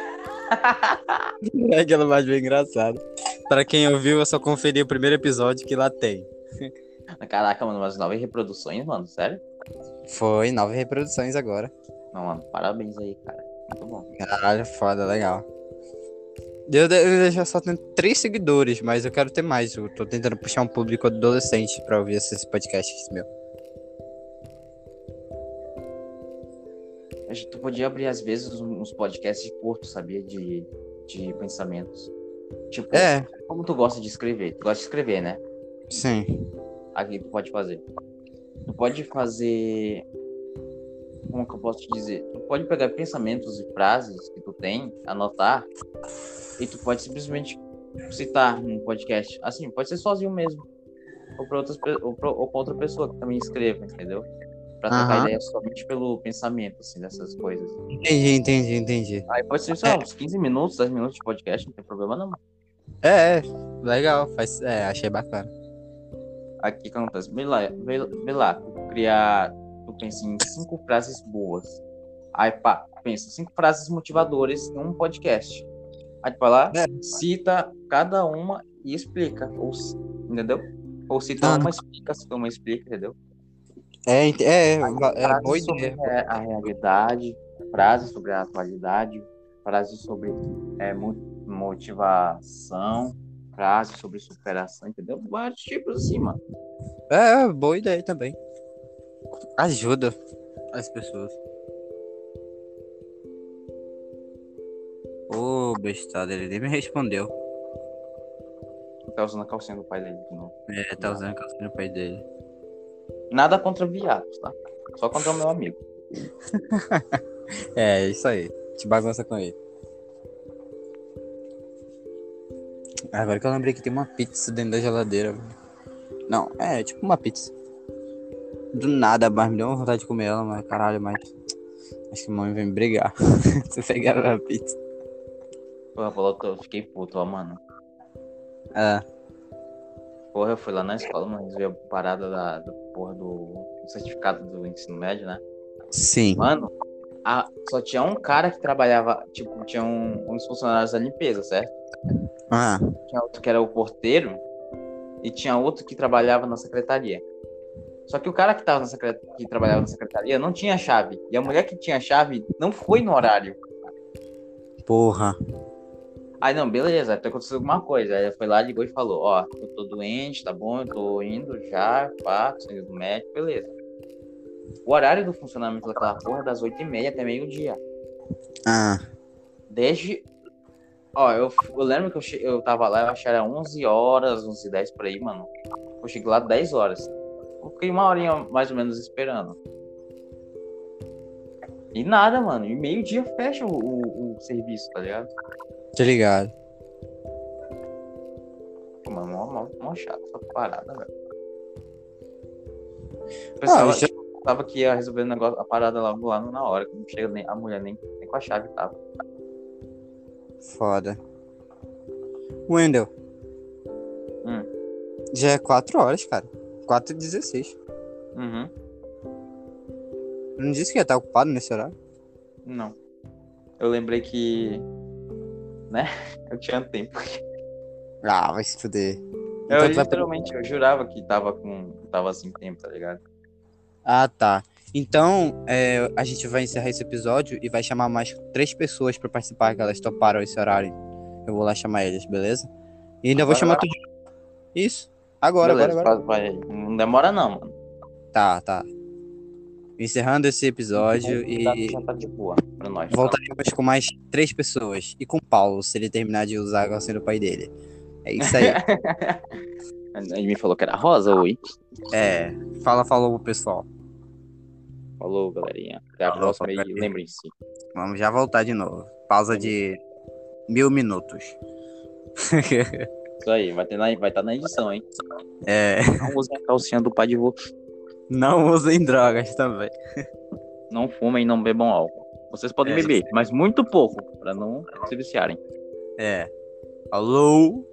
É aquela parte bem engraçada. Pra quem ouviu, é só conferir o primeiro episódio que lá tem. Caraca, mano, umas 9 reproduções, mano, sério? Foi 9 reproduções agora. Não, mano, parabéns aí, cara. Muito bom. Caralho, foda, legal. Eu já só tenho 3 seguidores, mas eu quero ter mais. Eu tô tentando puxar um público adolescente pra ouvir esses podcasts meu. A gente podia abrir, às vezes, uns podcasts curtos, sabia? De pensamentos. Tipo, como tu gosta de escrever? Tu gosta de escrever, né? Sim. Aqui tu pode fazer. Tu pode fazer... Como que eu posso te dizer? Tu pode pegar pensamentos e frases que tu tem, anotar, e tu pode simplesmente citar num podcast. Assim, pode ser sozinho mesmo. Ou pra outra pessoa que também escreva, entendeu? Pra trocar ideia somente pelo pensamento, assim, dessas coisas. Entendi. Aí pode ser, sei lá, uns 15 minutos, 10 minutos de podcast, não tem problema não. Legal. Achei bacana. Aqui que acontece. Vê lá, tu pensa em 5 frases boas. Aí, pá, pensa, 5 frases motivadoras num podcast. Aí tu vai lá, cita cada uma e explica. Entendeu? Ou cita uma, explica, entendeu? Boa sobre ideia. a realidade, frases sobre a atualidade, frases sobre motivação, frases sobre superação, entendeu? Vários tipos assim, mano. Boa ideia também. Ajuda as pessoas. Ô, bestada, ele nem me respondeu. Tá usando a calcinha do pai dele de novo. Tá usando a calcinha do pai dele. Nada contra viados, tá? Só contra o meu amigo. Isso aí. Te bagunça com ele. Agora que eu lembrei que tem uma pizza dentro da geladeira. Não, tipo uma pizza. Do nada, mas me deu uma vontade de comer ela, mas caralho, acho que a mãe vem me brigar. Se pegar a pizza. Porra, eu fiquei puto, ó, mano. Porra, eu fui lá na escola, mano, ver a parada da porra do certificado do ensino médio, né? Sim. Mano, só tinha um cara que trabalhava, tipo, tinha uns funcionários da limpeza, certo? Tinha outro que era o porteiro e tinha outro que trabalhava na secretaria. Só que o cara que trabalhava na secretaria não tinha chave. E a mulher que tinha chave não foi no horário. Porra. Aí não, beleza, até aconteceu alguma coisa. Aí ela foi lá, ligou e falou, ó, eu tô doente, tá bom? Eu tô indo já, pá, tô saindo do médico, beleza. O horário do funcionamento daquela porra é das 8h30 até meio-dia. Desde... Ó, eu lembro que eu tava lá, eu acho que era 11 horas, 11h10 por aí, mano. Eu cheguei lá 10 horas. Eu fiquei uma horinha mais ou menos esperando. E nada, mano. E meio-dia fecha o serviço, tá ligado? Tô ligado. Pô, mano, mó chato essa parada, velho. O pessoal tava que ia resolver a parada logo lá na hora. Que não chega nem a mulher, nem com a chave tava. Foda. Wendel. Já é 4 horas, cara. 4h16. Uhum. Não disse que ia estar ocupado nesse horário? Não. Eu lembrei que... Né? Eu tinha tempo. Vai se fuder. Eu literalmente, eu jurava que tava sem tempo, tá ligado? Tá. Então, a gente vai encerrar esse episódio e vai chamar mais 3 pessoas pra participar, que elas toparam esse horário. Eu vou lá chamar eles, beleza? E ainda vou chamar tudo. Isso. Agora. Vai. Não demora não, mano. Tá. Encerrando esse episódio Já tá de boa pra nós. Voltaremos com mais 3 pessoas. E com o Paulo, se ele terminar de usar a calcinha do pai dele. É isso aí. Ele me falou que era rosa, oi. Falou pro pessoal. Falou, galerinha. Até a próxima e lembrem-se. Vamos já voltar de novo. Pausa de 1000 minutos. Isso aí, vai estar na edição, hein? Não usem a calcinha do pai de vô. Não usem drogas também. Não fumem e não bebam álcool. Vocês podem beber, mas muito pouco, pra não se viciarem. Falou!